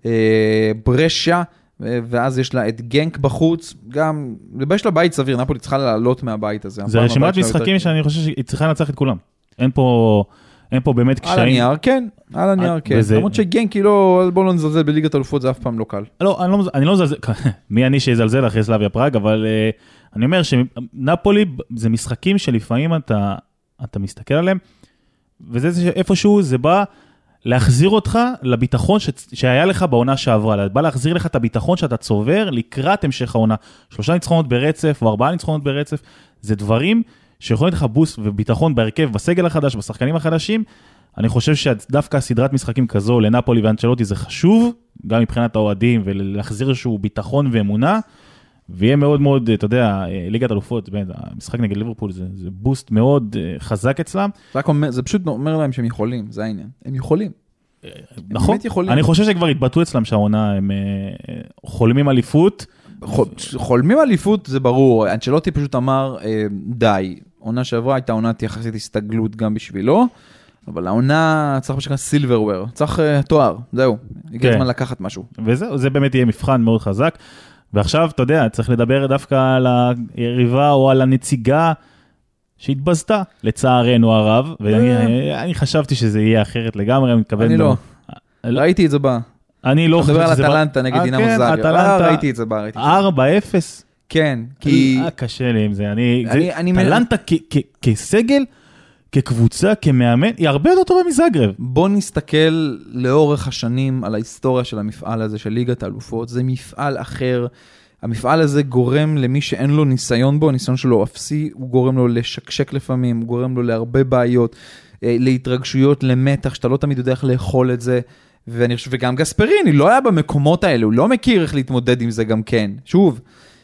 Speaker 2: ברשה, ואז יש לה את גנק בחוץ, גם, יש לה בית סביר, נאפולי צריכה לעלות מהבית הזה.
Speaker 1: זה רשימת משחקים שאני חושב שהיא צריכה לנצח את כולם. אין פה... אין פה באמת קשיים.
Speaker 2: על הנייר, כן. על הנייר, כן. למרות שגנקי לא, בוא לא נזלזל בליגת אלופות, זה אף פעם לא קל.
Speaker 1: לא, אני לא, אני לא מזלזל, מי אני שיזלזל אחרי סלאביה פראג, אבל uh, אני אומר שנאפולי זה משחקים שלפעמים אתה, אתה מסתכל עליהם, וזה איפשהו זה בא להחזיר אותך לביטחון ש, שהיה לך בעונה שעברה, בא להחזיר לך את הביטחון שאתה צובר לקראת המשך העונה. שלושה ניצחונות ברצף או ארבעה ניצחונות ברצף, זה דברים שיכולים לך בוסט וביטחון בהרכב, בסגל החדש, בשחקנים החדשים. אני חושב שדווקא סדרת משחקים כזו לנאפולי ואנצ'לוטי זה חשוב, גם מבחינת האוהדים, ולהחזיר איזשהו ביטחון ואמונה, ויהיה מאוד מאוד, אתה יודע, ליגת אלופות, המשחק נגד ליברפול זה, זה בוסט מאוד חזק אצלם.
Speaker 2: זה פשוט אומר להם שהם יכולים, זה העניין. הם יכולים.
Speaker 1: נכון, אני חושב שכבר התבטאו אצלם שהעונה, הם חולמים אליפות.
Speaker 2: חולמים אליפות זה ברור, אנצ'לוטי פשוט אמר, די, עונה שעברה הייתה עונת יחסית הסתגלות גם בשבילו, אבל העונה צריך משקע סילברוויר, צריך תואר, זהו, הגיע הזמן לקחת משהו.
Speaker 1: וזהו, זה באמת יהיה מבחן מאוד חזק, ועכשיו, אתה יודע, צריך לדבר דווקא על היריבה או על הנציגה שהתבזתה, לצערנו הרב, ואני חשבתי שזה יהיה אחרת לגמרי,
Speaker 2: אני לא, ראיתי את זה בה.
Speaker 1: אני לא
Speaker 2: חושב שזה... מדבר על אטלנטה נגד דינמו זאגרב. ראיתי את זה בה.
Speaker 1: ארבע אפס.
Speaker 2: כן, כי...
Speaker 1: קשה לי עם זה. אטלנטה כסגל, כקבוצה, כמאמן, היא הרבה יותר טובה מזאגרב.
Speaker 2: בוא נסתכל לאורך השנים על ההיסטוריה של המפעל הזה, של ליגת האלופות. זה מפעל אחר. המפעל הזה גורם למי שאין לו ניסיון בו, הניסיון שלו אפסי, הוא גורם לו לשקשק לפעמים, הוא גורם לו להרבה בעיות, להתרגשויות, למתח, שאתה לא תמיד יודע איך לאכול את זה, ואני חושב, וגם גספריני, לא היה במקומות האלה, הוא לא מכיר איך להתמודד עם זה גם כן, שוב,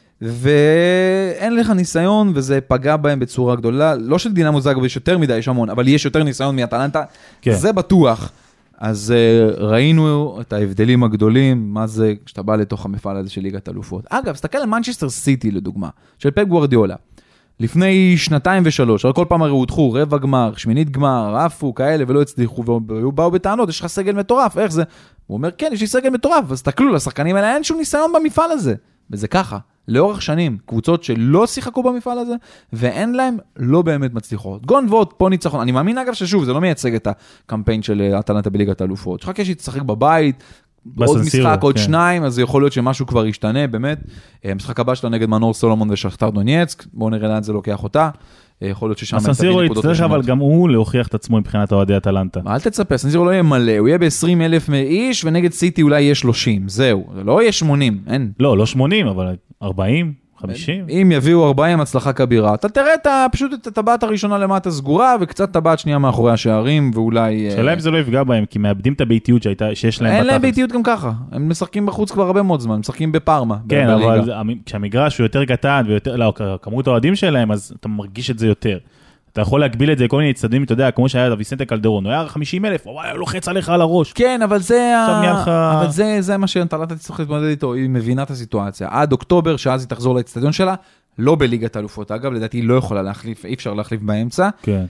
Speaker 2: ואין לך ניסיון, וזה פגע בהם בצורה גדולה, לא של דינמו זאגרב יש יותר מדי, יש המון, אבל יש יותר ניסיון מאטלנטה, כן. זה בטוח. אז uh, ראינו את ההבדלים הגדולים, מה זה כשאתה בא לתוך המפעל הזה של ליגת אלופות. אגב, סתכל על מנצ'סטר סיטי לדוגמה, של פפ גוארדיולה. לפני שנתיים ושלוש, כל פעם הרי הודחו, רבע גמר, שמינית גמר, עפו, כאלה, ולא הצליחו, ובאו בטענות, יש לך סגל מטורף, איך זה? הוא אומר, כן, יש לי סגל מטורף, אז תקלו, לשחקנים האלה אין שום ניסיון במפעל הזה. וזה ככה, לאורך שנים, קבוצות שלא שיחקו במפעל הזה, ואין להם לא באמת מצליחות. גונבות, פה ניצחון. אני מאמין אגב ששוב, זה לא מייצג את הקמפיין של אטלנטה בליגת האלופות. שחק יש שתשחק בבית, עוד משחק, עוד שניים, אז יכול להיות שמשהו כבר ישתנה, באמת. המשחק הבא שלה נגד מנור סולומון ושכתר דונייצק, בואו נראה לאן זה לוקח אותה. יכול להיות ששם...
Speaker 1: הסנסירו יצטרך אבל גם הוא להוכיח את עצמו מבחינת אוהדי אטלנטה.
Speaker 2: אל תצפה, הסנסירו לא יהיה מלא, הוא יהיה ב-עשרים אלף איש, ונגד סיטי אולי יהיה שלושים, זהו, לא יהיה שמונים, אין.
Speaker 1: לא, לא שמונים, אבל ארבעים, חמישים.
Speaker 2: אם יביאו ארבעים, הצלחה כבירה, אתה תראה את, פשוט את הטבעת הראשונה למטה סגורה, וקצת טבעת שנייה מאחורי השערים, ואולי...
Speaker 1: שאלה אם זה לא יפגע בהם, כי מאבדים את הביתיות שיש להם.
Speaker 2: אין להם ביתיות גם ככה, הם משחקים בחוץ כבר הרבה מאוד זמן, הם משחקים בפארמה.
Speaker 1: כן, אבל כשהמגרש הוא יותר קטן, ויותר, לא, כמות האוהדים שלהם, אז אתה מרגיש את זה יותר. אתה יכול להגביל את זה, כל מיני צדדים, אתה יודע, כמו שהיה ויסנטה קלדרון, הוא היה חמישים אלף, הוא היה לוחץ עליך על הראש.
Speaker 2: כן, אבל זה, אבל זה, זה מה שאטלנטה תצטרך להתמודד איתו, היא מבינה את הסיטואציה. עד אוקטובר, שאז היא תחזור לאצטדיון שלה, לא בליגת האלופות, אגב, לדעתי היא לא יכולה להחליף, אי אפשר להחליף באמצע.
Speaker 1: כן.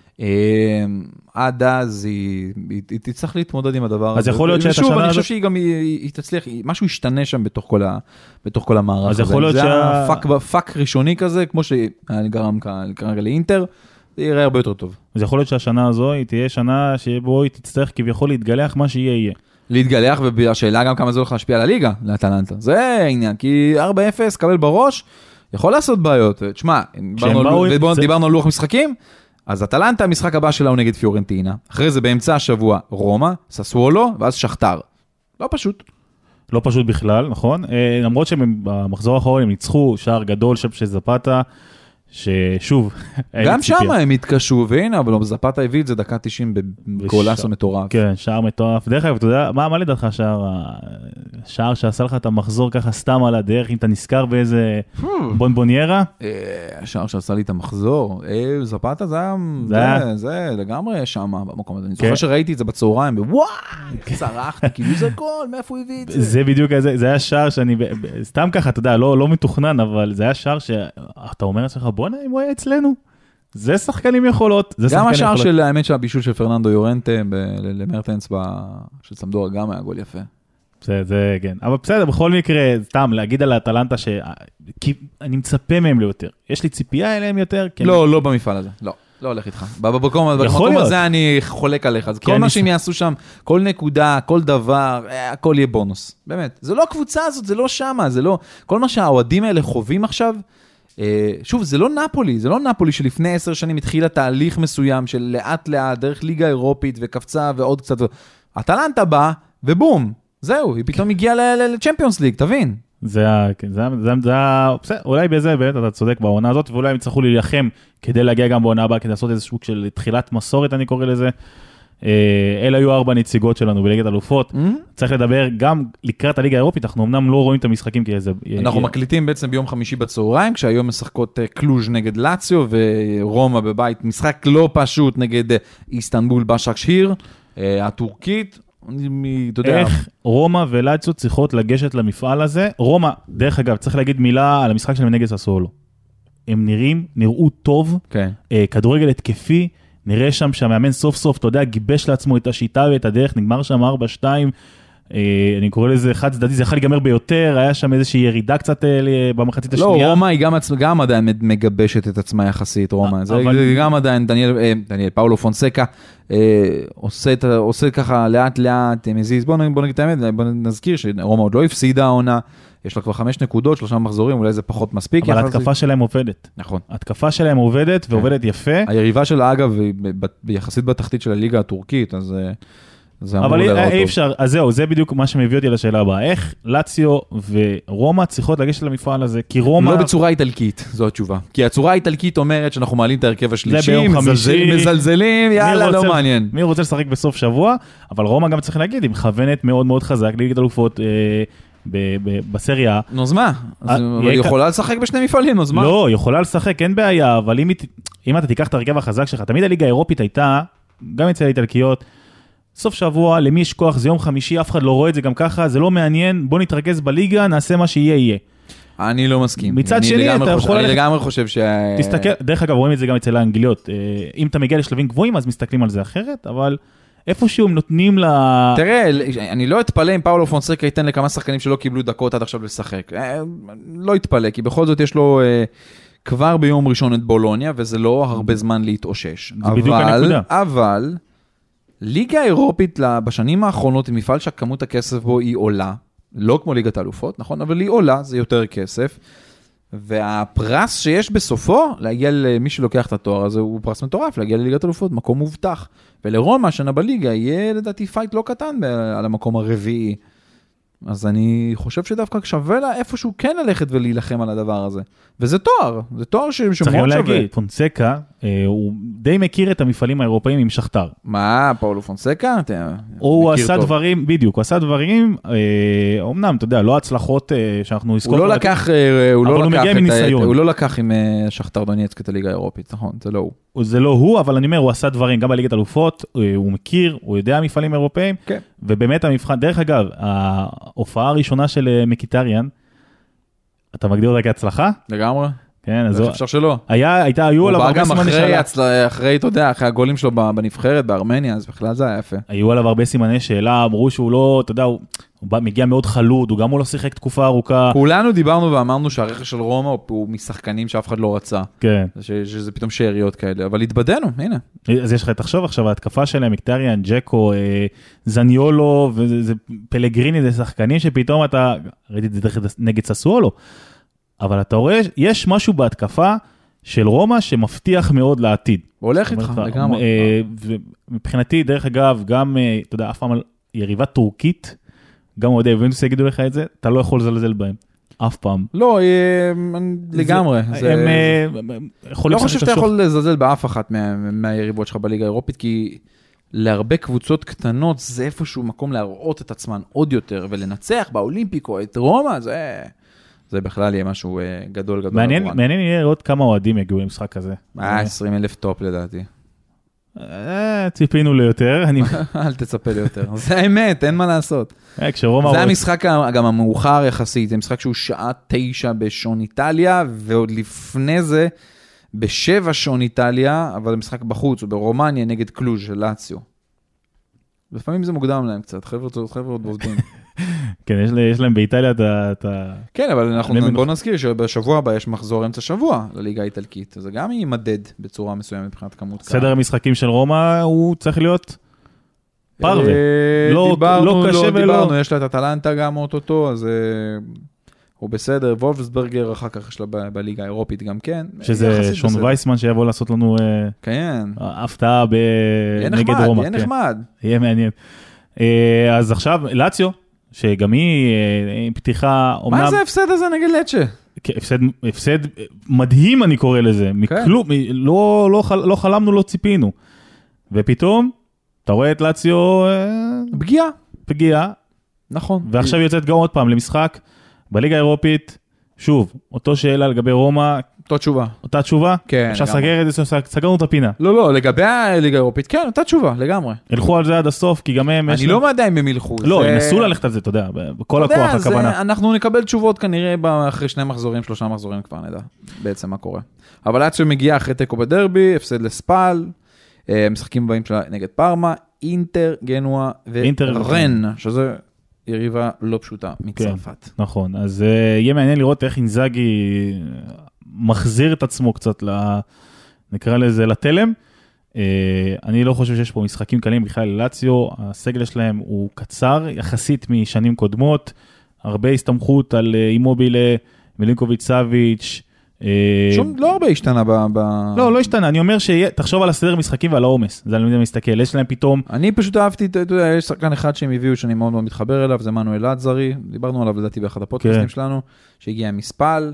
Speaker 2: עד אז היא, היא תצטרך להתמודד עם הדבר הזה.
Speaker 1: אז יכול להיות שאת השנה...
Speaker 2: ושוב, אני חושב שהיא גם, היא תצליח, משהו ישתנה שם בתוך כל ה, בתוך כל המערך הזה.
Speaker 1: אז יכול להיות שה...
Speaker 2: זה היה פאק ראשוני כזה, כמו שגרם כרגע לאינטר. זה יראה הרבה יותר טוב.
Speaker 1: אז יכול להיות שהשנה הזו היא תהיה שנה שבו היא תצטרך כביכול להתגלח מה שיהיה יהיה.
Speaker 2: להתגלח, והשאלה גם כמה זה הולך להשפיע על הליגה, לאטלנטה. זה העניין, כי ארבע אפס, קבל בראש, יכול לעשות בעיות. תשמע, דיברנו על לוח משחקים, אז אטלנטה, המשחק הבא שלה הוא נגד פיורנטינה. אחרי זה באמצע השבוע רומא, ססוולו, ואז שכתר. לא פשוט.
Speaker 1: לא פשוט בכלל, נכון? למרות שבמחזור האחרון הם ניצחו שער גדול של זפתה, ששוב,
Speaker 2: גם שם הם התקשו, והנה, אבל זפתה הביא את זה דקה תשעים בגולסו מטורף.
Speaker 1: כן, שער מטורף. דרך אגב, אתה יודע, מה לדעתך שער שעשה לך את המחזור ככה סתם על הדרך, אם אתה נזכר באיזה בונבוניירה?
Speaker 2: השער שעשה לי את המחזור, זפתה זה היה, זה לגמרי שם במקום הזה. אני זוכר שראיתי את זה בצהריים, ווואי, צרחתי, כאילו זה כל, מאיפה הוא הביא את זה?
Speaker 1: זה בדיוק, זה היה שער שאני, סתם ככה, אתה יודע, לא מתוכנן, אבל זה היה שער שאתה אומר לעצמך, בוא'נה, אם הוא היה אצלנו. זה שחקנים יכולות.
Speaker 2: גם השער של, האמת שהבישול של פרננדו יורנטה למרטנס של סמדורה גם היה גול יפה.
Speaker 1: זה, זה, כן. אבל בסדר, בכל מקרה, סתם, להגיד על האטלנטה ש... אני מצפה מהם ליותר. יש לי ציפייה אליהם יותר?
Speaker 2: לא, לא במפעל הזה. לא, לא הולך איתך. במקום הזה אני חולק עליך. כל מה שהם יעשו שם, כל נקודה, כל דבר, הכל יהיה בונוס. באמת. זה לא הקבוצה הזאת, זה לא שמה, זה לא... כל מה שהאוהדים האלה חווים עכשיו, שוב, זה לא נפולי, זה לא נפולי שלפני עשר שנים התחילה תהליך מסוים של לאט לאט, דרך ליגה אירופית וקפצה ועוד קצת. אטלנטה בא, ובום, זהו, היא פתאום הגיעה לצ'מפיונס ליג, תבין.
Speaker 1: זה, זה, זה, זה, בסדר, אולי בזה באמת אתה צודק בעונה הזאת, ואולי הם יצטרכו להילחם כדי להגיע גם בעונה הבאה, כדי לעשות איזה שוק של תחילת מסורת, אני קורא לזה. אלה היו ארבע נציגות שלנו בליגת אלופות, צריך לדבר גם לקראת הליגה האירופית, אנחנו אמנם לא רואים את המשחקים כי זה...
Speaker 2: אנחנו מקליטים בעצם ביום חמישי בצהריים, כשהיום משחקות קלוז' נגד לאציו ורומא בבית, משחק לא פשוט נגד איסטנבול בשקשיר, הטורקית,
Speaker 1: איך רומא ולאציו צריכות לגשת למפעל הזה, רומא, דרך אגב, צריך להגיד מילה על המשחק שלהם נגד ססוולו, הם נראים, נראו טוב, כדורגל התקפי, נראה שם שהמאמן סוף סוף, אתה יודע, גיבש לעצמו את השיטה ואת הדרך, נגמר שם ארבע שתיים, אני קורא לזה חד צדדי, זה יכול להיגמר ביותר, היה שם איזושהי ירידה קצת במחצית השנייה.
Speaker 2: לא, רומא היא גם עדיין מגבשת את עצמה יחסית, רומא. זה גם עדיין, דניאל פאולו פונסקה, עושה ככה לאט לאט, מזיז, בוא נגיד את האמת, בוא נזכיר שרומא עוד לא הפסידה העונה, יש לה כבר חמש נקודות, שלושה מחזורים, אולי זה פחות מספיק.
Speaker 1: אבל ההתקפה שלהם עובדת.
Speaker 2: נכון.
Speaker 1: ההתקפה שלהם עובדת ועובדת יפה.
Speaker 2: היריבה שלה, אגב, יחסית בתחתית של הליגה הטורקית, אז
Speaker 1: אבל אי אפשר, אז זהו, זה בדיוק מה שמביא אותי לשאלה הבאה, איך לציו ורומא צריכות לגשת למפעל הזה, כי רומא...
Speaker 2: לא בצורה איטלקית, זו התשובה. כי הצורה האיטלקית אומרת שאנחנו מעלים את ההרכב השלישי, מזלזלים, יאללה, לא מעניין.
Speaker 1: מי רוצה לשחק בסוף שבוע, אבל רומא גם צריך להגיד, היא מכוונת מאוד מאוד חזק, ליגת אלופות בסריה.
Speaker 2: נו, אז מה? היא יכולה לשחק בשני מפעלים, אז מה?
Speaker 1: לא, היא יכולה לשחק, אין בעיה, אבל אם אתה תיקח את ההרכב החזק שלך, תמיד הליגה האירופית הייתה, גם אצל האיטלקיות, סוף שבוע, למי יש כוח, זה יום חמישי, אף אחד לא רואה את זה גם ככה, זה לא מעניין, בוא נתרכז בליגה, נעשה מה שיהיה יהיה.
Speaker 2: אני לא מסכים.
Speaker 1: מצד שני, אתה יכול...
Speaker 2: אני לגמרי חושב ש...
Speaker 1: תסתכל, דרך אגב, רואים את זה גם אצל האנגליות, אם אתה מגיע לשלבים גבוהים, אז מסתכלים על זה אחרת, אבל איפשהו הם נותנים ל...
Speaker 2: תראה, אני לא אתפלא אם פאולו פונסקה ייתן לכמה שחקנים שלא קיבלו דקות עד עכשיו לשחק. לא אתפלא, כי בכל זאת יש לו... כבר ביום ראשון את בולוניה, וזה לא הרבה זמן להתאושש.
Speaker 1: זה בדיוק הנקודה.
Speaker 2: אבל, ליגה האירופית בשנים האחרונות, היא מפעל שהכמות הכסף בו היא עולה, לא כמו ליגת האלופות, נכון? אבל היא עולה, זה יותר כסף, והפרס שיש בסופו, להגיע למי שלוקח את התואר הזה, הוא פרס מטורף, להגיע לליגת האלופות, מקום מובטח. ולרומא, השנה בליגה, יהיה לדעתי פייט לא קטן על המקום הרביעי. אז אני חושב שדווקא שווה לה איפשהו כן ללכת ולהילחם על הדבר הזה. וזה תואר, זה תואר שמאוד שווה.
Speaker 1: צריך להגיד, פונסקה, אה, הוא די מכיר את המפעלים האירופאים עם שכתר.
Speaker 2: מה, פאולו פונסקה?
Speaker 1: הוא עשה טוב. דברים, בדיוק, הוא עשה דברים, אה, אומנם, אתה יודע, לא הצלחות אה, שאנחנו נזכור.
Speaker 2: הוא לא לקח, אה, הוא, לא
Speaker 1: הוא,
Speaker 2: לקח
Speaker 1: את,
Speaker 2: הוא לא לקח עם אה, שכתר דונייצק את הליגה האירופית, נכון, זה לא הוא.
Speaker 1: זה לא הוא, אבל אני אומר, הוא עשה דברים, גם בליגת אלופות, הוא מכיר, הוא יודע מפעלים אירופאים,
Speaker 2: כן.
Speaker 1: ובאמת המבחן, דרך אגב, ההופעה הראשונה של מקיטריאן, אתה מגדיר אותה כהצלחה?
Speaker 2: לגמרי.
Speaker 1: כן, אז
Speaker 2: אפשר שלא.
Speaker 1: היה, הייתה, היו עליו הרבה סימני שאלה.
Speaker 2: הוא בא גם אחרי, אתה יודע, אחרי הגולים שלו בנבחרת, בארמניה, אז בכלל זה היה יפה.
Speaker 1: היו עליו הרבה סימני שאלה, אמרו שהוא לא, אתה יודע, הוא, הוא בא, מגיע מאוד חלוד, הוא גם הוא לא שיחק תקופה ארוכה.
Speaker 2: כולנו דיברנו ואמרנו שהרכש של רומא הוא משחקנים שאף אחד לא רצה.
Speaker 1: כן.
Speaker 2: ש, שזה פתאום שאריות כאלה, אבל התבדנו, הנה.
Speaker 1: אז יש לך, תחשוב עכשיו, ההתקפה שלהם, מקיטריאן, ג'קו, אה, זניולו, וזה, פלגריני, זה שחקנים שפתאום אתה, ראיתי את זה נגד ססוולו, אבל אתה רואה, יש משהו בהתקפה של רומא שמבטיח מאוד לעתיד.
Speaker 2: הוא הולך איתך, לגמרי.
Speaker 1: מבחינתי, דרך אגב, גם, אתה יודע, אף פעם יריבה טורקית, גם עוד יובנטוס יגידו לך את זה, אתה לא יכול לזלזל בהם. אף פעם.
Speaker 2: לא, לגמרי. לא חושב שאתה יכול לזלזל באף אחת מהיריבות שלך בליגה האירופית, כי להרבה קבוצות קטנות, זה איפשהו מקום להראות את עצמן עוד יותר, ולנצח באולימפיקו, את רומא, זה... זה בכלל יהיה משהו גדול גדול.
Speaker 1: מעניין, מעניין יהיה לראות כמה אוהדים יגיעו למשחק הזה.
Speaker 2: אה, עשרים אלף טופ לדעתי.
Speaker 1: ציפינו ליותר.
Speaker 2: אל תצפה ליותר. זה האמת, אין מה לעשות.
Speaker 1: זה
Speaker 2: המשחק גם המאוחר יחסית, זה משחק שהוא שעה תשע בשעון איטליה, ועוד לפני זה בשבע שעון איטליה, אבל המשחק בחוץ, וברומניה נגד קלוז' של לאציו. לפעמים זה מוקדם להם קצת, חבר'ה עוד עובדים.
Speaker 1: כן, יש להם באיטליה את ה...
Speaker 2: כן, אבל אנחנו בוא נזכיר שבשבוע הבא יש מחזור אמצע שבוע לליגה האיטלקית, אז זה גם יימדד בצורה מסוימת מבחינת כמות.
Speaker 1: סדר המשחקים של רומא הוא צריך להיות פרווה. לא קשה ולא...
Speaker 2: דיברנו, יש לה את הטלנטה גם אוטוטו, אז הוא בסדר, וולפסברגר אחר כך יש לה בליגה האירופית גם כן.
Speaker 1: שזה שון וייסמן שיבוא לעשות לנו הפתעה נגד רומא.
Speaker 2: יהיה נחמד.
Speaker 1: יהיה מעניין. אז עכשיו, לאציו, שגם היא פתיחה...
Speaker 2: מה זה ההפסד הזה נגד לצ'ה?
Speaker 1: הפסד מדהים אני קורא לזה, מכלום, לא חלמנו, לא ציפינו. ופתאום, אתה רואה את לאציו...
Speaker 2: פגיעה.
Speaker 1: פגיעה.
Speaker 2: נכון.
Speaker 1: ועכשיו יוצאת גם עוד פעם למשחק, בליגה האירופית, שוב, אותו שאלה לגבי רומא,
Speaker 2: אותה תשובה.
Speaker 1: אותה תשובה?
Speaker 2: כן.
Speaker 1: אפשר סגר את זה, סגרנו את הפינה.
Speaker 2: לא, לא, לגבי הליגה האירופית, כן, אותה תשובה, לגמרי.
Speaker 1: הלכו על זה עד הסוף, כי גם הם...
Speaker 2: אני לא יודע אם הם ילכו.
Speaker 1: לא, הם נסו ללכת על זה, אתה יודע, בכל הכוח הכוונה.
Speaker 2: אנחנו נקבל תשובות כנראה אחרי שני מחזורים, שלושה מחזורים כבר נדע בעצם מה קורה. אבל עד שמגיע אחרי תיקו בדרבי, הפסד לספל, משחקים באים שלה נגד פארמה, אינטר, גנואה ורן, שזה יריבה לא פשוטה מצרפת.
Speaker 1: נכון, אז יהיה מעניין לראות איך אינזאגי מחזיר את עצמו קצת, נקרא לזה, לתלם. אני לא חושב שיש פה משחקים קלים בכלל ללאציו, הסגל שלהם הוא קצר, יחסית משנים קודמות, הרבה הסתמכות על אימובילה, מילינקוביץ' סאביץ',
Speaker 2: שום, לא הרבה השתנה ב...
Speaker 1: לא, לא השתנה, אני אומר שתחשוב על הסדר משחקים ועל העומס, זה אני מסתכל, יש להם פתאום...
Speaker 2: אני פשוט אהבתי, אתה יודע, יש שחקן אחד שהם הביאו שאני מאוד מאוד מתחבר אליו, זה מנואל אדזרי, דיברנו עליו לדעתי באחד הפודקאסטים שלנו, שהגיע מספל,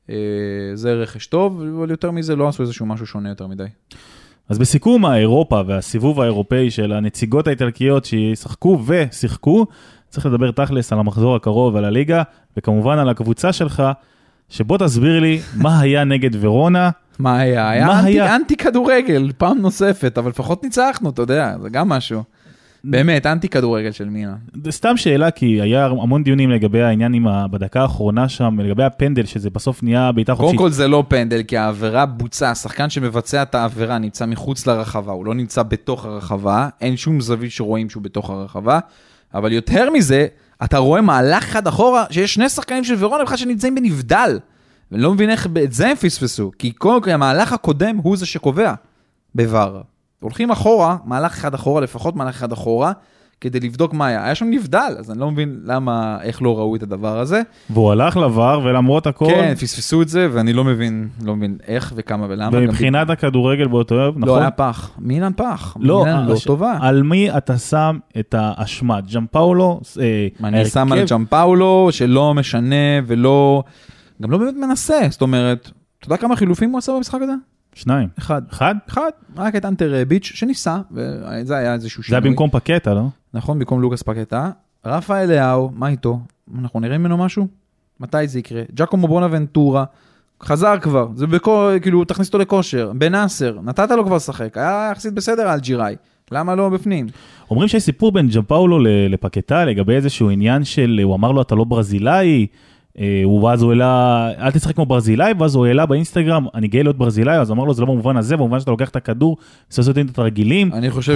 Speaker 2: זה רכש טוב, אבל יותר מזה לא עשו איזשהו משהו שונה יותר מדי.
Speaker 1: אז בסיכום האירופה והסיבוב האירופאי של הנציגות האיטלקיות שישחקו ושיחקו, צריך לדבר תכלס על המחזור הקרוב ועל הליגה, וכמובן על הקבוצה שלך, שבוא תסביר לי מה היה נגד ורונה.
Speaker 2: מה היה? היה אנטי, אנטי כדורגל, פעם נוספת, אבל לפחות ניצחנו, אתה יודע, זה גם משהו. באמת, אנטי כדורגל של מינה.
Speaker 1: סתם שאלה, כי היה המון דיונים לגבי העניין עם בדקה האחרונה שם, לגבי הפנדל, שזה בסוף נהיה בעיטה חופשית.
Speaker 2: קודם כל זה לא פנדל, כי העבירה בוצעה, השחקן שמבצע את העבירה נמצא מחוץ לרחבה, הוא לא נמצא בתוך הרחבה, אין שום זווית שרואים שהוא בתוך הרחבה, אבל יותר מזה, אתה רואה מהלך אחד אחורה, שיש שני שחקנים של ורונה בכלל שנמצאים בנבדל, ואני לא מבין איך את זה הם פספסו, כי קודם כל המהלך הקודם הוא זה שקובע בבר. הולכים אחורה, מהלך אחד אחורה, לפחות מהלך אחד אחורה, כדי לבדוק מה היה. היה שם נבדל, אז אני לא מבין למה, איך לא ראו את הדבר הזה.
Speaker 1: והוא הלך לבר, ולמרות הכל...
Speaker 2: כן, פספסו את זה, ואני לא מבין, לא מבין איך וכמה ולמה.
Speaker 1: ומבחינת הכדורגל באותו יום, נכון?
Speaker 2: לא היה פח. מילאן פח. לא, מילאן לא טובה.
Speaker 1: על מי אתה שם את האשמה? ג'אמפאולו?
Speaker 2: אני שם על ג'אמפאולו, שלא משנה ולא... גם לא באמת מנסה. זאת אומרת, אתה יודע כמה חילופים הוא עשה במשחק הזה?
Speaker 1: שניים.
Speaker 2: אחד.
Speaker 1: אחד?
Speaker 2: אחד. רק את אנטר ביץ' שניסה, וזה היה איזשהו שינוי.
Speaker 1: זה היה במקום פקטה, לא?
Speaker 2: נכון, במקום לוקאס פקטה. רפאל לאו, מה איתו? אנחנו נראה ממנו משהו? מתי זה יקרה? ג'קומו בונאבנטורה, חזר כבר, זה בכל, כאילו, תכניס אותו לכושר. בנאסר, נתת לו כבר לשחק, היה יחסית בסדר על ג'יראי. למה לא בפנים?
Speaker 1: אומרים שיש סיפור בין ג'אמפאולו לפקטה, לגבי איזשהו עניין של, הוא אמר לו, אתה לא ברזילאי, ואז הוא העלה, אל תשחק כמו ברזילאי, ואז הוא העלה באינסטגרם, אני גאה להיות ברזילאי, אז אמר לו, זה לא במובן הזה, במובן שאתה לוקח את הכדור, עושה את התרגילים.
Speaker 2: אני חושב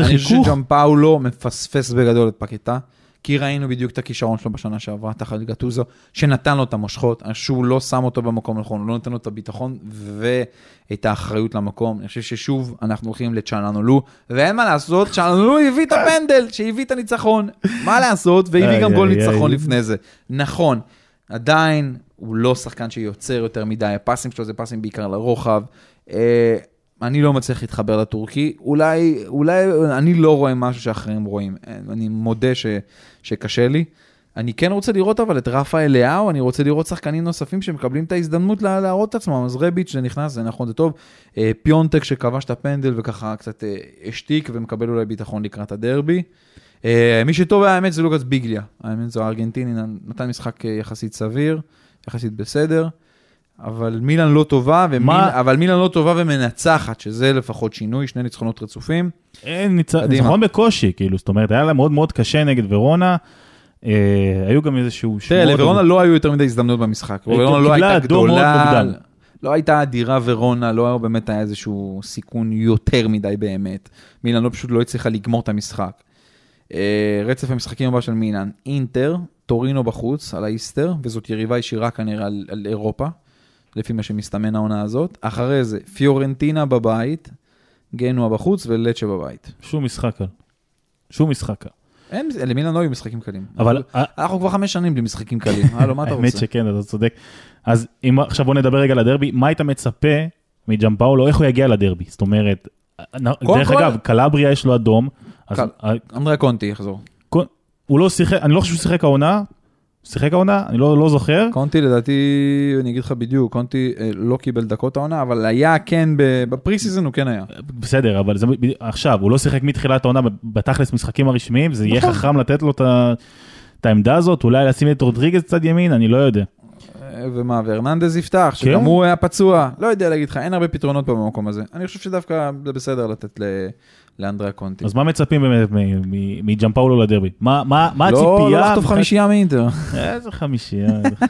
Speaker 2: שג'אמפאולו מפספס בגדול את פקטה, כי ראינו בדיוק את הכישרון שלו בשנה שעברה, תחת גטוזו, שנתן לו את המושכות, שהוא לא שם אותו במקום נכון, הוא לא נתן לו את הביטחון ואת האחריות למקום. אני חושב ששוב אנחנו הולכים לצ'אנלולו, ואין מה לעשות, צ'אנלולו הביא את הפנדל, שהביא את הניצחון. מה לעשות? והביא גם גול ניצחון לפני זה. נכון. עדיין הוא לא שחקן שיוצר יותר מדי, הפסים שלו זה פסים בעיקר לרוחב, אני לא מצליח להתחבר לטורקי, אולי, אולי אני לא רואה משהו שאחרים רואים, אני מודה ש, שקשה לי, אני כן רוצה לראות אבל את רפאל לאו, אני רוצה לראות שחקנים נוספים שמקבלים את ההזדמנות להראות את עצמם, אז רביץ' זה נכנס, זה נכון, זה טוב, פיונטק שכבש את הפנדל וככה קצת השתיק ומקבל אולי ביטחון לקראת הדרבי, מי שטוב האמת זה לוקאס ביגליה, האמת זו הארגנטיני, נתן משחק יחסית סביר, יחסית בסדר, אבל מילאן לא טובה, אבל מילאן לא טובה ומנצחת, שזה לפחות שינוי, שני ניצחונות רצופים.
Speaker 1: ניצחון בקושי, כאילו, זאת אומרת, היה לה מאוד מאוד קשה נגד ורונה, היו גם איזשהו...
Speaker 2: תראה, לוורונה לא היו יותר מדי הזדמנות במשחק, ורונה לא הייתה גדולה, לא הייתה אדירה ורונה, לא באמת היה איזשהו סיכון יותר מדי באמת, מילאן לא פשוט לא הצליחה לגמור את המשחק. רצף המשחקים הבא של מילאן, אינטר, טורינו בחוץ, על האיסטר, וזאת יריבה ישירה כנראה על, על אירופה, לפי מה שמסתמן העונה הזאת. אחרי זה, פיורנטינה בבית, גנואה בחוץ ולצ'ה בבית.
Speaker 1: שום משחק קל. שום משחק קל.
Speaker 2: אין, למילאן לא היו משחקים קלים.
Speaker 1: אבל...
Speaker 2: אנחנו כבר חמש שנים בלי משחקים קלים. הלו, מה אתה רוצה?
Speaker 1: האמת שכן, אתה צודק. אז אם עכשיו בוא נדבר רגע לדרבי, מה היית מצפה מג'אמפאולו, איך הוא יגיע לדרבי? זאת אומרת, דרך אגב, קלבריה יש לו אדום.
Speaker 2: אנדריה קונטי יחזור.
Speaker 1: הוא לא שיחק, אני לא חושב שהוא שיחק העונה, שיחק העונה, אני לא, לא זוכר.
Speaker 2: קונטי לדעתי, אני אגיד לך בדיוק, קונטי לא קיבל דקות העונה, אבל היה כן, בפרי-סיזן הוא כן היה.
Speaker 1: בסדר, אבל זה, עכשיו, הוא לא שיחק מתחילת העונה, בתכלס משחקים הרשמיים, זה יהיה חכם לתת לו את העמדה הזאת, אולי לשים את רודריגז צד ימין, אני לא יודע.
Speaker 2: ומה, והרננדז יפתח, שגם הוא היה פצוע, לא יודע להגיד לך, אין הרבה פתרונות פה במקום הזה. אני חושב שדווקא זה בסדר לתת לאנדריה קונטי.
Speaker 1: אז מה מצפים באמת מג'אמפאולו לדרבי? מה הציפייה?
Speaker 2: לא לחטוף חמישייה מאינטר.
Speaker 1: איזה חמישייה?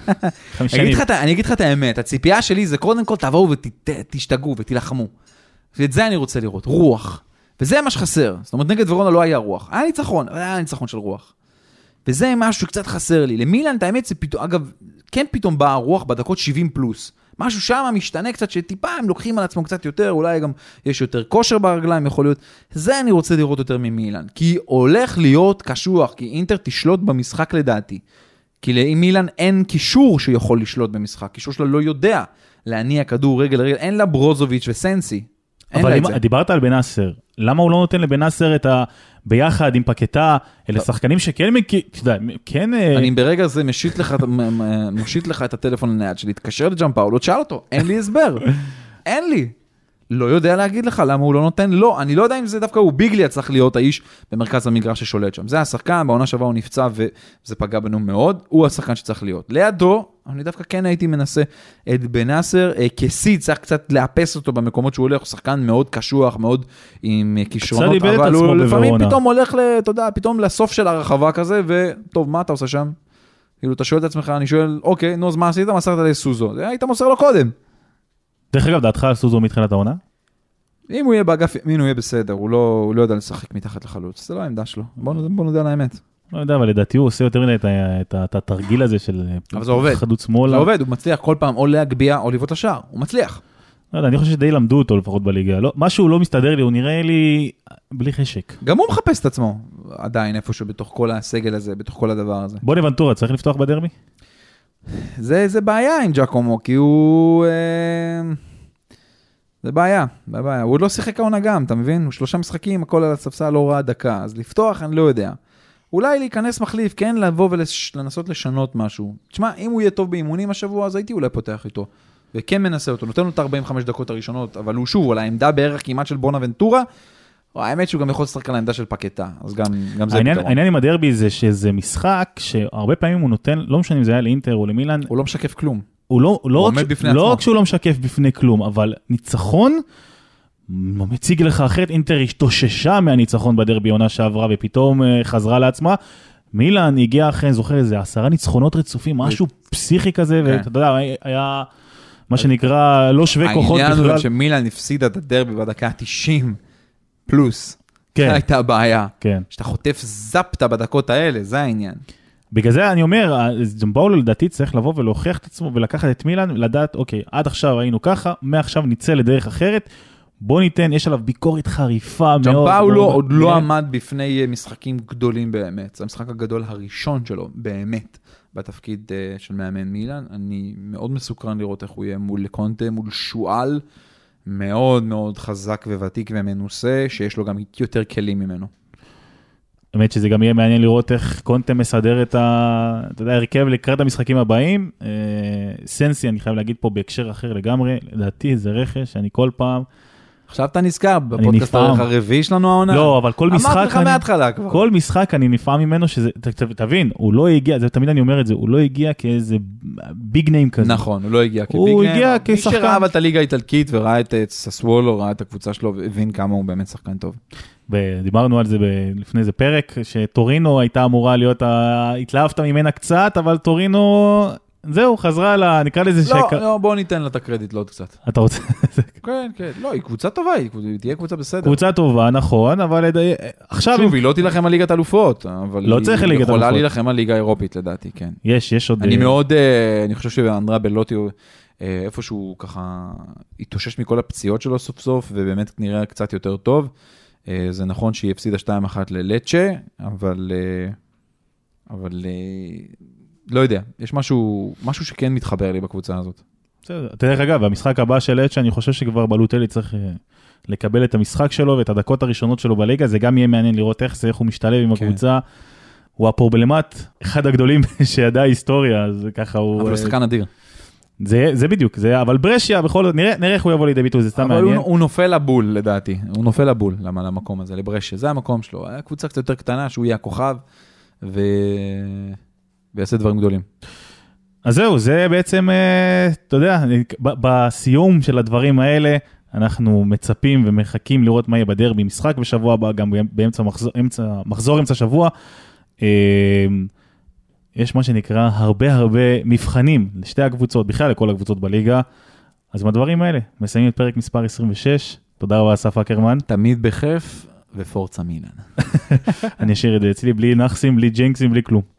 Speaker 2: אני אגיד לך את האמת, הציפייה שלי זה קודם כל תבואו ותשתגעו ותילחמו. ואת זה אני רוצה לראות, רוח. וזה מה שחסר. זאת אומרת, נגד ורונה לא היה רוח. היה ניצחון, אבל היה ניצחון של רוח. וזה משהו שקצת חסר לי. למילאן, את האמת, זה פתאום, אגב, כן פתאום באה רוח בדקות שבעים פלוס. משהו שם משתנה קצת, שטיפה הם לוקחים על עצמם קצת יותר, אולי גם יש יותר כושר ברגליים, יכול להיות. זה אני רוצה לראות יותר ממילאן. כי הולך להיות קשוח, כי אינטר תשלוט במשחק לדעתי. כי למילאן אין קישור שיכול לשלוט במשחק, קישור שלה לא יודע להניע כדור רגל לרגל, אין לה ברוזוביץ' וסנסי.
Speaker 1: אבל אם, דיברת על בנאסר, למה הוא לא נותן לבנאסר את ה... ביחד עם פקטה, אלה שחקנים שכן מכיר, כן...
Speaker 2: אני ברגע זה משית לך, מושיט לך את הטלפון לנייד שלי, תקשר לג'אן פאולו, תשאל אותו, אין לי הסבר, אין לי. לא יודע להגיד לך למה הוא לא נותן, לא, אני לא יודע אם זה דווקא הוא ביגלי צריך להיות האיש במרכז המגרש ששולט שם. זה השחקן, בעונה שעברה הוא נפצע וזה פגע בנו מאוד, הוא השחקן שצריך להיות. לידו, אני דווקא כן הייתי מנסה את בנאסר, כסיד צריך קצת לאפס אותו במקומות שהוא הולך, הוא שחקן מאוד קשוח, מאוד עם כישרונות, אבל הוא לפעמים פתאום הולך, אתה יודע, פתאום לסוף של הרחבה כזה, וטוב, מה אתה עושה שם? כאילו, אתה שואל את עצמך, אני שואל, אוקיי, נו, אז מה עשית? מסרת לסוזו. היית מוסר לו קודם.
Speaker 1: דרך אגב, דעתך על סוזו מתחילת העונה? אם
Speaker 2: הוא יהיה באגף ימין, הוא יהיה בסדר, הוא לא, הוא לא יודע לשחק מתחת לחלוץ, זה לא העמדה שלו, בוא, בוא נדע על האמת.
Speaker 1: לא יודע, אבל לדעתי הוא עושה יותר מדי את, את, את התרגיל הזה של חדות שמאלה.
Speaker 2: זה עובד, הוא מצליח כל פעם או להגביע או לבעוט לשער, הוא מצליח.
Speaker 1: לא יודע, אני חושב שדי למדו אותו לפחות בליגה, לא, משהו לא מסתדר לי, הוא נראה לי בלי חשק.
Speaker 2: גם הוא מחפש את עצמו, עדיין איפשהו בתוך כל הסגל הזה, בתוך כל הדבר הזה.
Speaker 1: בוני ונטורה, צריך לפתוח בדרבי?
Speaker 2: זה, זה בעיה עם ג'קומו, כי הוא... אה... זה בעיה, זה בעיה. הוא עוד לא שיחק העונה גם, אתה מבין? הוא שלושה משחקים, הכל על הספסל לא ראה דקה, אז לפתוח אני לא יודע. אולי להיכנס מחליף, כן, לבוא ולנסות לשנות משהו. תשמע, אם הוא יהיה טוב באימונים השבוע, אז הייתי אולי פותח איתו. וכן מנסה אותו, נותן לו את ארבעים וחמש דקות הראשונות, אבל הוא שוב, על העמדה בערך כמעט של בונה ונטורה, האמת שהוא גם יכול לשחק על העמדה של פקטה, אז גם, גם זה
Speaker 1: העניין, העניין עם הדרבי זה שזה משחק שהרבה פעמים הוא נותן, לא משנה אם זה היה לאינטר או למילאן,
Speaker 2: הוא לא משקף כלום.
Speaker 1: הוא לא, לא, רק, לא רק שהוא לא משקף בפני כלום, אבל ניצחון מציג לך אחרת, אינטר השתוששה מהניצחון בדרבי עונה שעברה, ופתאום חזרה לעצמה, מילאן הגיע אחרי, זוכר איזה עשרה ניצחונות רצופים, משהו פסיכי כזה, ואתה יודע, היה מה שנקרא לא שווה כוחות בכלל.
Speaker 2: העניין הוא שמילאן הפסידה את הדרבי בדקה ה-תשעים פלוס, זה הייתה הבעיה, שאתה חוטף זפתה בדקות האלה, זה העניין.
Speaker 1: בגלל זה אני אומר, ג'מבאולו לדעתי צריך לבוא ולהוכיח את עצמו ולקחת את מילאן, לדעת, אוקיי, עד עכשיו היינו ככה, מעכשיו ניצא לדרך אחרת, בוא ניתן, יש עליו ביקורת חריפה מאוד.
Speaker 2: ג'מבאולו עוד לא עמד בפני משחקים גדולים באמת, זה המשחק הגדול הראשון שלו, באמת, בתפקיד של מאמן מילאן, אני מאוד מסוקרן לראות איך הוא יהיה מול קונטה, מול שואל, מאוד מאוד חזק וותיק ומנוסה, שיש לו גם יותר כלים ממנו.
Speaker 1: באמת שזה גם יהיה מעניין לראות איך קונטה מסדר את ה... אתה יודע, הרכב לקראת המשחקים הבאים. סנסי, אני חייב להגיד פה בהקשר אחר לגמרי, לדעתי זה רכש, אני כל פעם...
Speaker 2: עכשיו אתה נזכר, בפודקאסט הרביעי שלנו העונה.
Speaker 1: לא, אבל כל משחק...
Speaker 2: אמרת לך מההתחלה כבר.
Speaker 1: כל משחק אני נפעם ממנו שזה... תבין, הוא לא הגיע, זה תמיד אני אומר את זה, הוא לא הגיע כאיזה ביג ניים כזה.
Speaker 2: נכון, הוא לא הגיע כביג
Speaker 1: ניים. הוא הגיע כשחקן.
Speaker 2: מי שראה את הליגה האיטלקית וראה את ססוולו, ראה את הקבוצה שלו, הבין כמה הוא באמת שחקן טוב.
Speaker 1: דיברנו על זה לפני איזה פרק, שטורינו הייתה אמורה להיות, התלהבת ממנה קצת, אבל טורינו, זהו, חזרה לה, נקרא לזה
Speaker 2: שקע. לא, לא, בוא ניתן לה את הקרדיט, לא עוד קצת.
Speaker 1: אתה רוצה?
Speaker 2: כן, כן, לא, היא קבוצה טובה, היא תהיה קבוצה בסדר.
Speaker 1: קבוצה טובה, נכון, אבל עכשיו...
Speaker 2: שוב, היא לא תילחם על ליגת אלופות, אבל היא יכולה להילחם על ליגה אירופית, לדעתי, כן.
Speaker 1: יש, יש עוד...
Speaker 2: אני מאוד, אני חושב שאנדרה בלוטי, איפשהו ככה, התאושש מכל הפציעות שלו סוף סוף, ובאמת נראה קצת יותר טוב. זה נכון שהיא הפסידה שתיים אחת ללצ'ה, אבל, אבל לא יודע, יש משהו, משהו שכן מתחבר לי בקבוצה הזאת.
Speaker 1: דרך אגב, במשחק הבא של לצ'ה, אני חושב שכבר בלוטלי צריך לקבל את המשחק שלו, ואת הדקות הראשונות שלו בליגה, זה גם יהיה מעניין לראות איך זה, איך הוא משתלב עם הקבוצה, הוא הפרובלמט, אחד הגדולים שידע ההיסטוריה, אז ככה הוא...
Speaker 2: אבל הוא שחקן אדיר.
Speaker 1: זה, זה בדיוק, זה, אבל ברשיה, בכל זאת, נראה, נראה איך הוא יבוא לידי ביטוי, זה סתם מעניין.
Speaker 2: הוא, הוא נופל לבול, לדעתי. הוא נופל לבול, למה למקום הזה, לברשיה. זה המקום שלו. היה קבוצה קצת יותר קטנה, שהוא יהיה הכוכב, ו... ויעשה דברים גדולים.
Speaker 1: אז זהו, זה בעצם, אתה יודע, בסיום של הדברים האלה, אנחנו מצפים ומחכים לראות מה יהיה בדרבי, משחק בשבוע הבא, גם באמצע מחזור, אמצע, מחזור אמצע שבוע. יש מה שנקרא הרבה הרבה מבחנים לשתי הקבוצות, בכלל לכל הקבוצות בליגה. אז מהדברים האלה, מסיימים את פרק מספר עשרים ושש. תודה רבה, אסף אקרמן.
Speaker 2: תמיד בכיף ופורצה מילאן.
Speaker 1: אני אשאיר את זה אצלי בלי נחסים, בלי ג'ינקסים, בלי כלום.